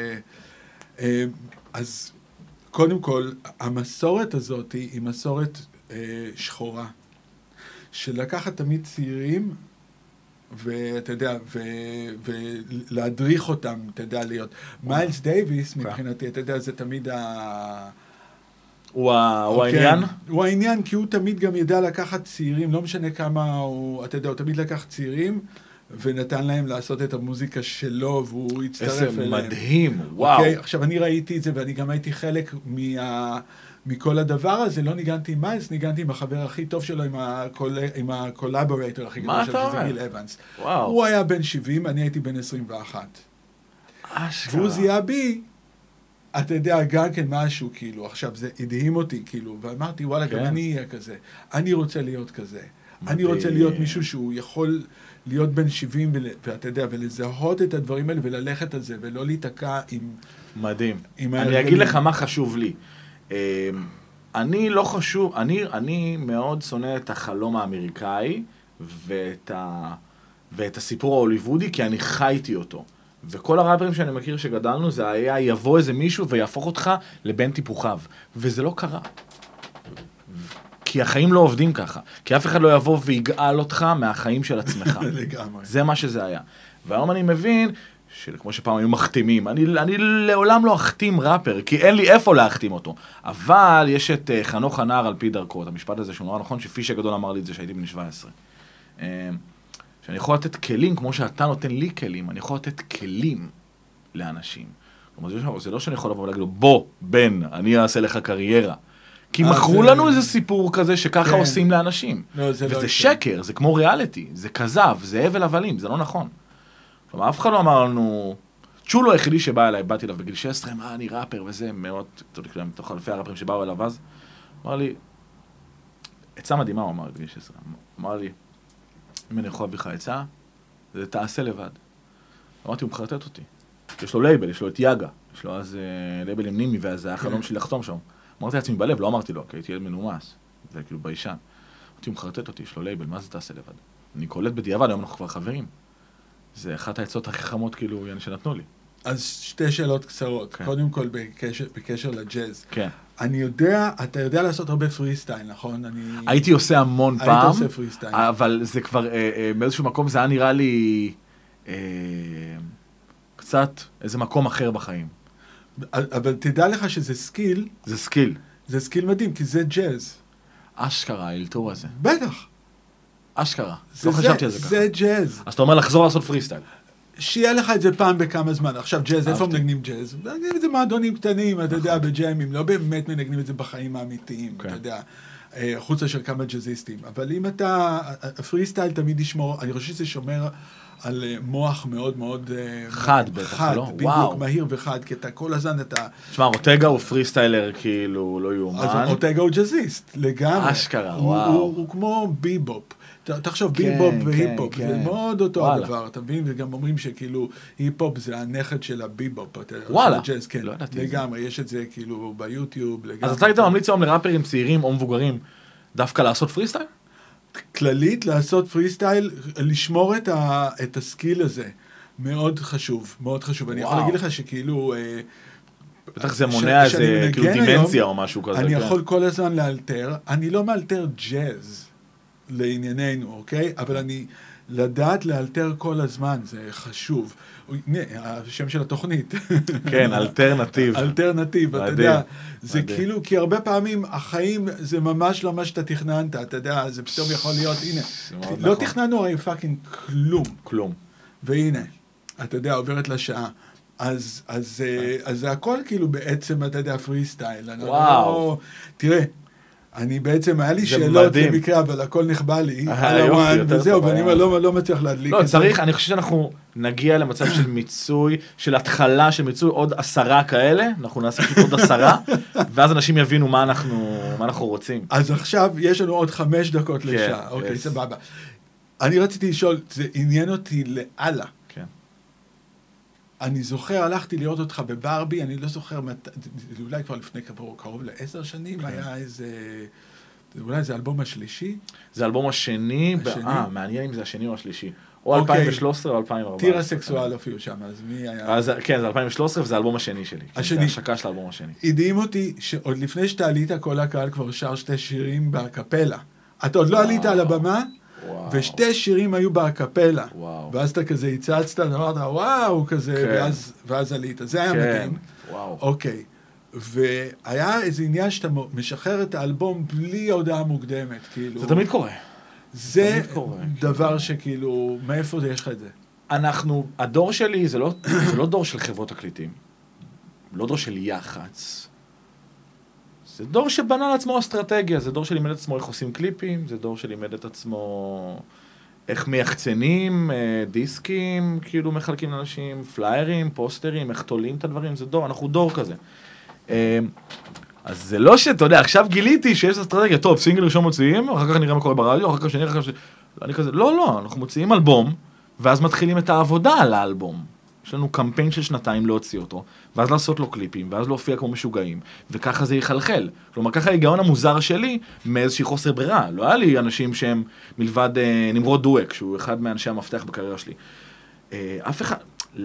אז קודם כל, המסורת הזאת היא מסורת שחורה, של לקחת תמיד צעירים, ואתה יודע, ולהדריך אותם, אתה יודע, להיות. מיילס דייביס, מבחינתי, אתה יודע, זה תמיד הוא העניין? הוא העניין, כי הוא תמיד גם ידע לקחת צעירים, לא משנה כמה הוא, אתה יודע, הוא תמיד לקח צעירים, ונתן להם לעשות את המוזיקה שלו, והוא הצטרף אליהם. איזה מדהים, וואו. אוקיי, עכשיו, אני ראיתי את זה, ואני גם הייתי חלק מכל הדבר הזה, לא ניגנתי עם מיילס, ניגנתי עם החבר הכי טוב שלו, עם הקולאבורטור הכי גדול שלו, שזה גיל אבנס. וואו. הוא היה בן 70, אני הייתי בן 21. אשכרה. והוא זיהה בי, אתה יודע, גם כן משהו, כאילו, עכשיו זה הדהים אותי, כאילו, ואמרתי, וואלה, גם אני אהיה כזה. אני רוצה להיות כזה. אני רוצה להיות מישהו שהוא יכול להיות בן 70, ואתה יודע, ולזהות את הדברים האלה, וללכת על זה, ולא להיתקע עם... מדהים. עם אני ההרגלים. אגיד לך מה חשוב לי. אני לא חשוב, אני מאוד שונא את החלום האמריקאי, ואת הסיפור ההוליוודי, כי אני חייתי אותו. וכל הראפרים שאני מכיר שגדלנו, זה היה יבוא איזה מישהו ויהפוך אותך לבן טיפוחיו. וזה לא קרה. כי החיים לא עובדים ככה. כי אף אחד לא יבוא ויגאל אותך מהחיים של עצמך. לגמרי. זה מה שזה היה. והיום אני מבין, שכמו שפעם היו מחתימים, אני לעולם לא אחתים ראפר, כי אין לי איפה להחתים אותו. אבל יש את חנוך הנער על פי דרכו, את המשפט הזה שהוא נורא נכון, שפיש הגדול אמר לי את זה שהייתי בן 17. שאני יכול לתת כלים, כמו שאתה נותן לי כלים, אני יכול לתת כלים לאנשים. כלומר, זה לא שאני יכול לבוא ולהגיד לו, בוא, בן, אני אעשה לך קריירה. כי מכרו לנו איזה סיפור כזה שככה עושים לאנשים. וזה שקר, זה כמו ריאליטי, זה כזב, זה הבל הבלים, זה לא נכון. כלומר, אף אחד לא אמר לנו, צ'ולו היחידי שבא אליי, באתי אליו בגיל 16, מה, אני ראפר וזה, מאות, מתוך אלפי הראפרים שבאו אליו אז, אמר לי, עצה מדהימה, הוא אמר בגיל 16, אמר לי, אם אני יכול להביא לך עצה, זה תעשה לבד. אמרתי, הוא מחרטט אותי. יש לו לייבל, יש לו את יאגה, יש לו אז לייבל עם נימי, ואז זה היה חלום שלי לחתום שם. אמרתי לעצמי בלב, לא אמרתי לו, כי הייתי ילד מנומס, זה כאילו ביישן. אמרתי, הוא מחרטט אותי, יש לו לייבל, מה זה תעשה לבד? אני קולט בדיעבד, היום אנחנו כבר חברים. זה אחת העצות הכי חמות כאילו שנתנו לי. אז שתי שאלות קצרות. כן. קודם כל, בקשר לג'אז. כן. אני יודע, אתה יודע לעשות הרבה פרי סטייל, נכון? הייתי עושה המון פעם, היית עושה פרי סטייל. אבל זה כבר, באיזשהו מקום זה היה נראה לי קצת איזה מקום אחר בחיים. אבל תדע לך שזה סקיל. זה סקיל. זה סקיל מדהים, כי זה ג'אז. אשכרה, האלתור הזה. בטח. אשכרה. לא חשבתי על זה ככה. זה ג'אז. אז אתה אומר לחזור לעשות פרי סטייל. שיהיה לך את זה פעם בכמה זמן. עכשיו ג'אז, איפה מנגנים ג'אז? מנגנים את זה מועדונים קטנים, אתה יודע, בג'אמים. לא באמת מנגנים את זה בחיים האמיתיים, אתה יודע. חוץ של כמה ג'אזיסטים. אבל אם אתה, הפרי סטייל תמיד ישמור, אני חושב שזה שומר על מוח מאוד מאוד... חד בטח, לא? בדיוק, מהיר וחד, כי אתה כל הזמן אתה... תשמע, רוטגה הוא פרי סטיילר כאילו לא יאומן. אז רוטגה הוא ג'אזיסט, לגמרי. אשכרה, וואו. הוא כמו ביבופ. תחשוב, ביבופ והיפ-הופ, זה מאוד אותו הדבר, אתה מבין? וגם אומרים שכאילו היפ-הופ זה הנכד של הביבופ. וואלה, לא ידעתי. לגמרי, יש את זה כאילו ביוטיוב. אז אתה היית ממליץ היום לראפרים צעירים או מבוגרים דווקא לעשות פרי סטייל? כללית, לעשות פרי סטייל, לשמור את הסקיל הזה. מאוד חשוב, מאוד חשוב. אני יכול להגיד לך שכאילו... בטח זה מונע איזה כאילו דימנציה או משהו כזה. אני יכול כל הזמן לאלתר. אני לא מאלתר ג'אז לענייננו, אוקיי? אבל אני לדעת לאלתר כל הזמן, זה חשוב. הנה, השם של התוכנית. כן, אלטרנטיב. אלטרנטיב, אתה יודע, זה כאילו, כי הרבה פעמים החיים זה ממש לא מה שאתה תכננת, אתה יודע, זה פתאום יכול להיות, הנה, לא תכננו הרי פאקינג כלום. כלום. והנה, אתה יודע, עוברת לשעה. אז זה הכל כאילו בעצם, אתה יודע, פרי סטייל. וואו. תראה, אני בעצם, היה לי שאלות במקרה, אבל הכל נכבה לי, על הוואן, וזהו, ואני לא מצליח להדליק את זה. לא, צריך, אני חושב שאנחנו נגיע למצב של מיצוי, של התחלה של מיצוי, עוד 10 כאלה, אנחנו נעשה עוד 10, ואז אנשים יבינו מה אנחנו רוצים. אז עכשיו, יש לנו עוד 5 דקות לשעה, אוקיי, סבבה. אני רציתי לשאול, זה עניין אותי לאללה. אני זוכר, הלכתי לראות אותך בברבי, אני לא זוכר, אולי כבר לפני קרוב ל10 שנים, היה איזה, אולי זה האלבום השלישי? זה האלבום השני, מעניין אם זה השני או השלישי. או 2013 או 2014. טיר הסקסואל הופיעו שם, אז מי היה? כן, זה 2013 וזה האלבום השני שלי. השני. זה השקה של האלבום השני. הדהים אותי שעוד לפני שאתה עלית, כל הקהל כבר שר 2 שירים בקפלה. אתה עוד לא עלית על הבמה? ו2 שירים היו בקפלה, ואז אתה כזה הצצת, אמרת וואו, כזה, ואז עלית, זה היה מדהים. אוקיי, והיה איזה עניין שאתה משחרר את האלבום בלי הודעה מוקדמת, כאילו. זה תמיד קורה. זה דבר שכאילו, מאיפה יש לך את זה? הדור שלי זה לא דור של חברות תקליטים, לא דור של יח"צ. זה דור שבנה לעצמו אסטרטגיה, זה דור שלימד את עצמו איך עושים קליפים, זה דור שלימד את עצמו איך מייחצנים, דיסקים, כאילו מחלקים לאנשים, פליירים, פוסטרים, איך תולים את הדברים, זה דור, אנחנו דור כזה. אז זה לא שאתה יודע, עכשיו גיליתי שיש אסטרטגיה, טוב, סינגל ראשון מוציאים, אחר כך נראה מה קורה ברדיו, אחר כך שני, אחר כך אני כזה, לא, אנחנו מוציאים אלבום, ואז מתחילים את העבודה על האלבום. יש לנו קמפיין של 2 להוציא אותו, ואז לעשות לו קליפים, ואז להופיע כמו משוגעים, וככה זה יחלחל. כלומר, ככה ההיגיון המוזר שלי מאיזושהי חוסר ברירה. לא היה לי אנשים שהם מלבד נמרוד דואק, שהוא אחד מאנשי המפתח בקריירה שלי. אף אחד,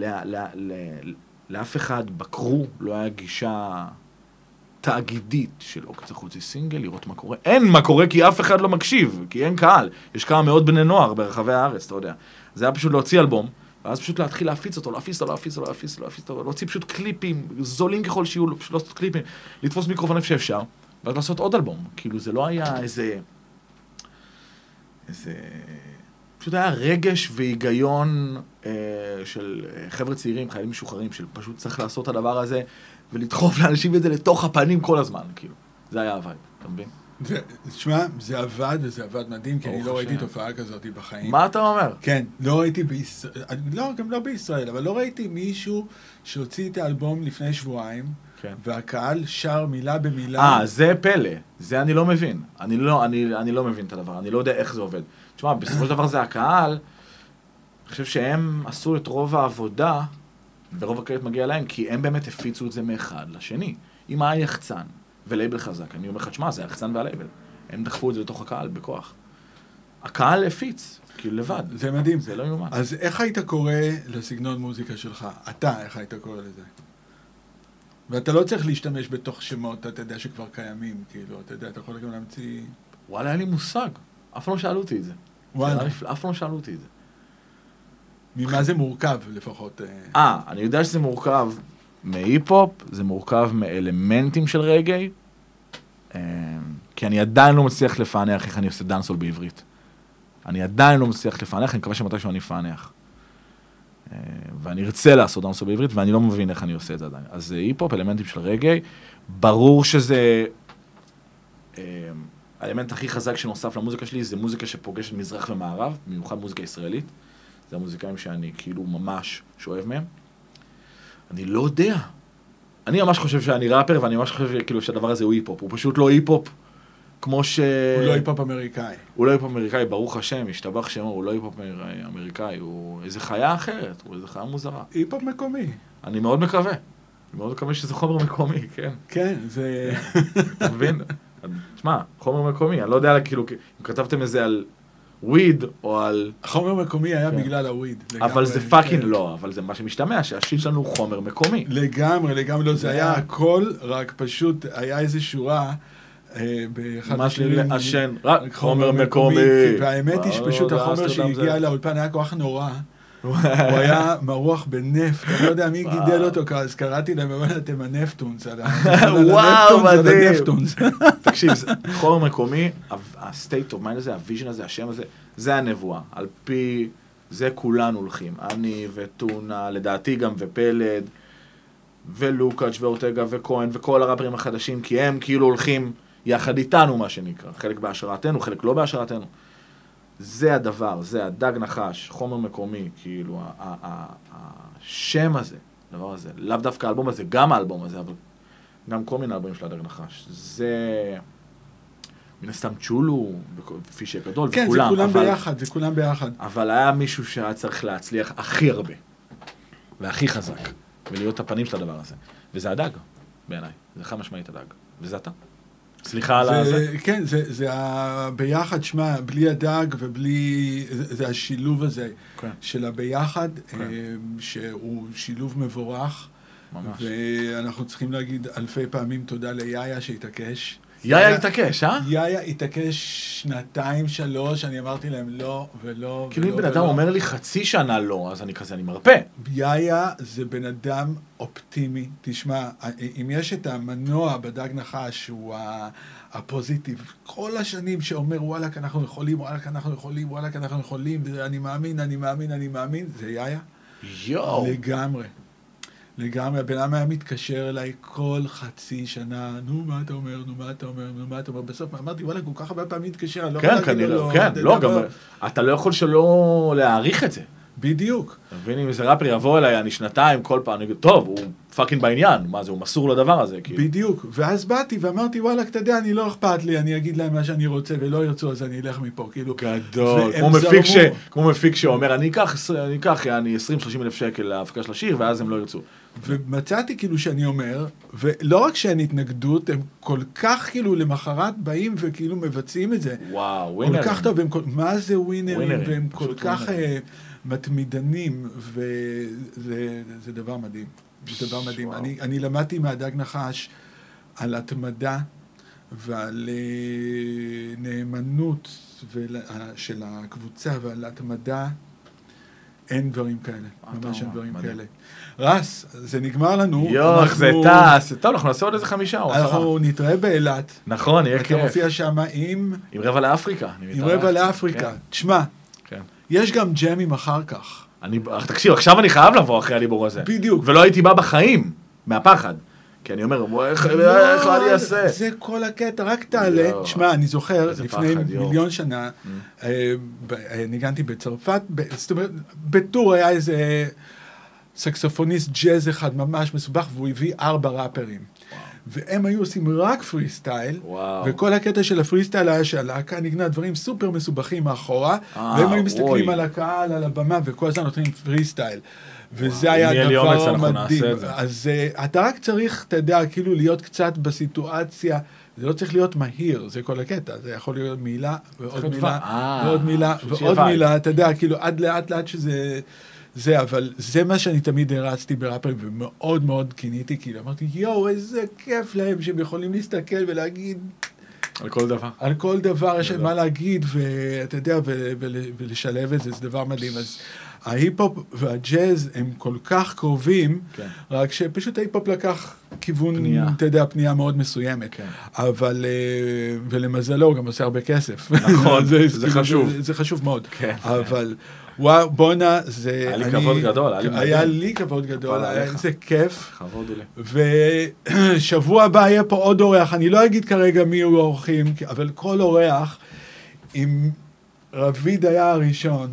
לאף אחד בקרו לא היה גישה תאגידית של אוקיי, צריך להוציא סינגל, לראות מה קורה. אין מה קורה כי אף אחד לא מקשיב, כי אין קהל. יש כמה מאות בני נוער ברחבי הארץ, אתה יודע. זה היה פשוט להוציא אלבום, ואז פשוט להתחיל להפיץ אותו, להוציא פשוט קליפים, זולים ככל שיהיו, פשוט לעשות קליפים, לתפוס מיקרופון איפה שאפשר, ואז לעשות עוד אלבום. כאילו זה לא היה איזה... פשוט היה רגש והיגיון של חבר'ה צעירים, חיילים משוחררים, של פשוט צריך לעשות את הדבר הזה, ולדחוף לאנשים את זה לתוך הפנים כל הזמן, כאילו. זה היה הווייב, אתה מבין? תשמע, זה עבד, וזה עבד מדהים, כי אני לא ראיתי תופעה כזאת בחיים. מה אתה אומר? כן, לא ראיתי בישראל, לא, גם לא בישראל, אבל לא ראיתי מישהו שהוציא את האלבום לפני שבועיים, והקהל שר מילה במילה. זה פלא, זה אני לא מבין. אני לא מבין את הדבר, אני לא יודע איך זה עובד. תשמע, בסופו של דבר זה הקהל, אני חושב שהם עשו את רוב העבודה, ורוב הקהלת מגיע להם, כי הם באמת הפיצו את זה מאחד לשני. אם היה יחצן ולייבל חזק, אני אומר לך, תשמע, זה היחצן והלייבל. הם דחפו את זה לתוך הקהל בכוח. הקהל הפיץ, כאילו לבד. זה מדהים. זה לא יומן. אז איך היית קורא לסגנון מוזיקה שלך? אתה, איך היית קורא לזה? ואתה לא צריך להשתמש בתוך שמות, אתה יודע שכבר קיימים, כאילו, אתה יודע, אתה יכול גם להמציא... וואלה, היה לי מושג. אף לא שאלו אותי את זה. וואלה. אף לא שאלו אותי את זה. ממה זה מורכב, לפחות? אני יודע שזה מורכב מהיפ-הופ, זה מורכב מאלמנטים של רגעי, כי אני עדיין לא מצליח לפענח איך אני עושה דאנסול בעברית. אני עדיין לא מצליח לפענח, אני מקווה שמתישהו אני אפענח. ואני ארצה לעשות דאנסול בעברית, ואני לא מבין איך אני עושה את זה עדיין. אז זה היפ-הופ, אלמנטים של רגעי, ברור שזה... האלמנט הכי חזק שנוסף למוזיקה שלי, זה מוזיקה שפוגשת מזרח ומערב, במיוחד מוזיקה ישראלית. זה המוזיקאים שאני כאילו ממש שואב מהם. אני לא יודע. אני ממש חושב שאני ראפר, ואני ממש חושב כאילו שהדבר הזה הוא היפ-הופ. הוא פשוט לא היפ-הופ כמו ש... הוא לא היפ-הופ אמריקאי. הוא לא היפ-הופ אמריקאי, ברוך השם, השתבח שמו, הוא לא היפ-הופ אמריקאי, הוא איזה חיה אחרת, הוא איזה חיה מוזרה. היפ-הופ מקומי. אני מאוד מקווה. אני מאוד מקווה שזה חומר מקומי, כן. כן, זה... אתה מבין? תשמע, חומר מקומי, אני לא יודע, כאילו, אם כתבתם איזה על... וויד או על... החומר מקומי היה בגלל הוויד. אבל זה פאקינג לא, אבל זה מה שמשתמע, שהשיט שלנו הוא חומר מקומי. לגמרי לא, זה היה הכל, רק פשוט היה איזו שורה, באחד ממש השירים. לעשן, רק חומר מקומי. והאמת היא שפשוט החומר שהגיע לאולפן היה כוח נורא. הוא היה מרוח בנפט, אני לא יודע מי גידל אותו, אז קראתי להם, אבל אתם הנפטונס. וואו, מדהים. תקשיב, חומר מקומי, ה-state of mind הזה, הוויז'ן הזה, השם הזה, זה הנבואה. על פי זה כולנו הולכים. אני וטונה, לדעתי גם ופלד, ולוקאץ' ואורטגה וכהן, וכל הראפרים החדשים, כי הם כאילו הולכים יחד איתנו, מה שנקרא. חלק בהשראתנו, חלק לא בהשראתנו. זה הדבר, זה הדג נחש, חומר מקומי, כאילו, השם הזה, הדבר הזה, לאו דווקא האלבום הזה, גם האלבום הזה, אבל גם כל מיני אלבומים של הדג נחש. זה מן הסתם צ'ולו, פישי גדול, כן, וכולם. כן, זה כולם ביחד, זה כולם ביחד. אבל היה מישהו שהיה צריך להצליח הכי הרבה, והכי חזק, ולהיות הפנים של הדבר הזה. וזה הדג, בעיניי. זה חד משמעית הדג. וזה אתה. סליחה על זה. כן, זה ביחד, שמה, בלי הדג ובלי, זה השילוב הזה של הביחד, שהוא שילוב מבורך. ממש. ואנחנו צריכים להגיד אלפי פעמים תודה ליאיה שהתעקש. יאיה התעקש, אה? יאיה התעקש 2-3, אני אמרתי להם לא ולא. כאילו אם בן אדם אומר לי חצי שנה לא, אז אני כזה, אני מרפא. יאיה זה בן אדם אופטימי. תשמע, אם יש את המנוע בדג נחש, שהוא הפוזיטיב, כל השנים שאומר וואלק אנחנו יכולים, וואלק אנחנו יכולים, וואלק אנחנו יכולים, אני מאמין, אני מאמין, אני מאמין, זה יאיה. יואו. לגמרי. לגמרי, הבן אדם היה מתקשר אליי כל חצי שנה, נו מה אתה אומר, נו מה אתה אומר, נו מה אתה אומר, בסוף אמרתי, וואלה, כל כך הרבה פעמים מתקשר, אני לא יכול להגיד לו לא. כן, לא, גם, אתה לא יכול שלא להעריך את זה. בדיוק. אתה מבין, אם איזה ראפר יבוא אליי, אני שנתיים, כל פעם, אני אגיד, טוב, הוא פאקינג בעניין, מה זה, הוא מסור לדבר הזה, כאילו. בדיוק, ואז באתי ואמרתי, וואלה, אתה יודע, אני לא אכפת לי, אני אגיד להם מה שאני רוצה, ולא ירצו, אז אני אלך מפה, כאילו. גדול, כמו מפיק שאומר, אני אקח 20-30 אלף שקל להפקה של השיר, ואז הם לא ירצו. ומצאתי כאילו שאני אומר, ולא רק שאין התנגדות, הם כל כך כאילו למחרת באים וכאילו מבצעים את זה. וואו, ווינרים. כל כך טוב, מה זה ווינרים, והם כל כך מתמידנים, וזה דבר מדהים. זה דבר מדהים. אני למדתי מהדג נחש על התמדה ועל נאמנות של הקבוצה ועל התמדה. אין דברים כאלה, ממש אין דברים כאלה. רס, זה נגמר לנו. יוח, זה טס. טוב, אנחנו נעשה עוד איזה 5 או 10. אנחנו נתראה באילת. נכון, יהיה כיף. אתה מופיע שם עם רבע לאפריקה. עם רבע לאפריקה. תשמע, יש גם ג'מים אחר כך. תקשיב, עכשיו אני חייב לבוא אחרי הליבור הזה. בדיוק. ולא הייתי בא בחיים, מהפחד. כי אני אומר, איך אני אעשה? זה כל הקטע, רק תעלה. תשמע, אני זוכר, לפני 1,000,000 שנה, ניגנתי בצרפת, זאת אומרת, בטור היה איזה סקסופוניסט ג'אז אחד ממש מסובך, והוא הביא 4 ראפרים. והם היו עושים רק פרי סטייל, וכל הקטע של הפרי סטייל היה שהלהקה נגנה דברים סופר מסובכים מאחורה, והם היו מסתכלים על הקהל, על הבמה, וכל הזמן נותנים פרי סטייל. וזה היה דבר מדהים. אז אתה רק צריך, אתה יודע, כאילו להיות קצת בסיטואציה, זה לא צריך להיות מהיר, זה כל הקטע, זה יכול להיות מילה, ועוד מילה, ועוד מילה, ועוד מילה, אתה יודע, כאילו עד לאט שזה... זה, אבל זה מה שאני תמיד הרצתי בראפרים, ומאוד מאוד קיניתי, כאילו אמרתי, יואו, איזה כיף להם שהם יכולים להסתכל ולהגיד... על כל דבר. על כל דבר יש מה להגיד, ואתה יודע, ולשלב את זה, זה דבר מדהים. אז ההיפ-הופ והג'אז הם כל כך קרובים, רק שפשוט ההיפ-הופ לקח כיוון, אתה יודע, פנייה מאוד מסוימת. אבל, ולמזלו, הוא גם עושה הרבה כסף. נכון, זה חשוב. זה חשוב מאוד. אבל... וואו, בונה, זה... היה לי כבוד גדול, היה לי כבוד גדול, היה איזה כיף. כבוד הוא לי. ושבוע הבא יהיה פה עוד אורח, אני לא אגיד כרגע מי הוא האורחים, אבל כל אורח, אם רביד היה הראשון,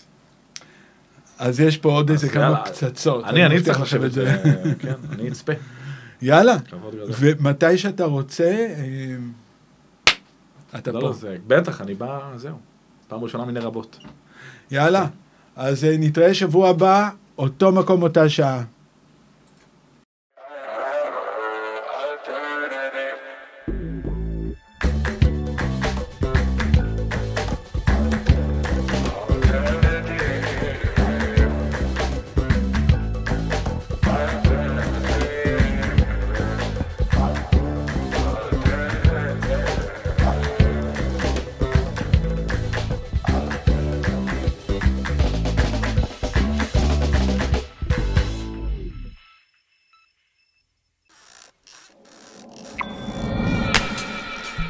אז יש פה עוד איזה כמה פצצות. אני צריך לשבת את זה. כן, אני אצפה. יאללה. ומתי שאתה רוצה, אתה פה. בטח, אני בא, זהו. פעם ראשונה מיני רבות. יאללה, אז נתראה שבוע הבא, אותו מקום, אותה שעה.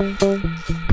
Thank you.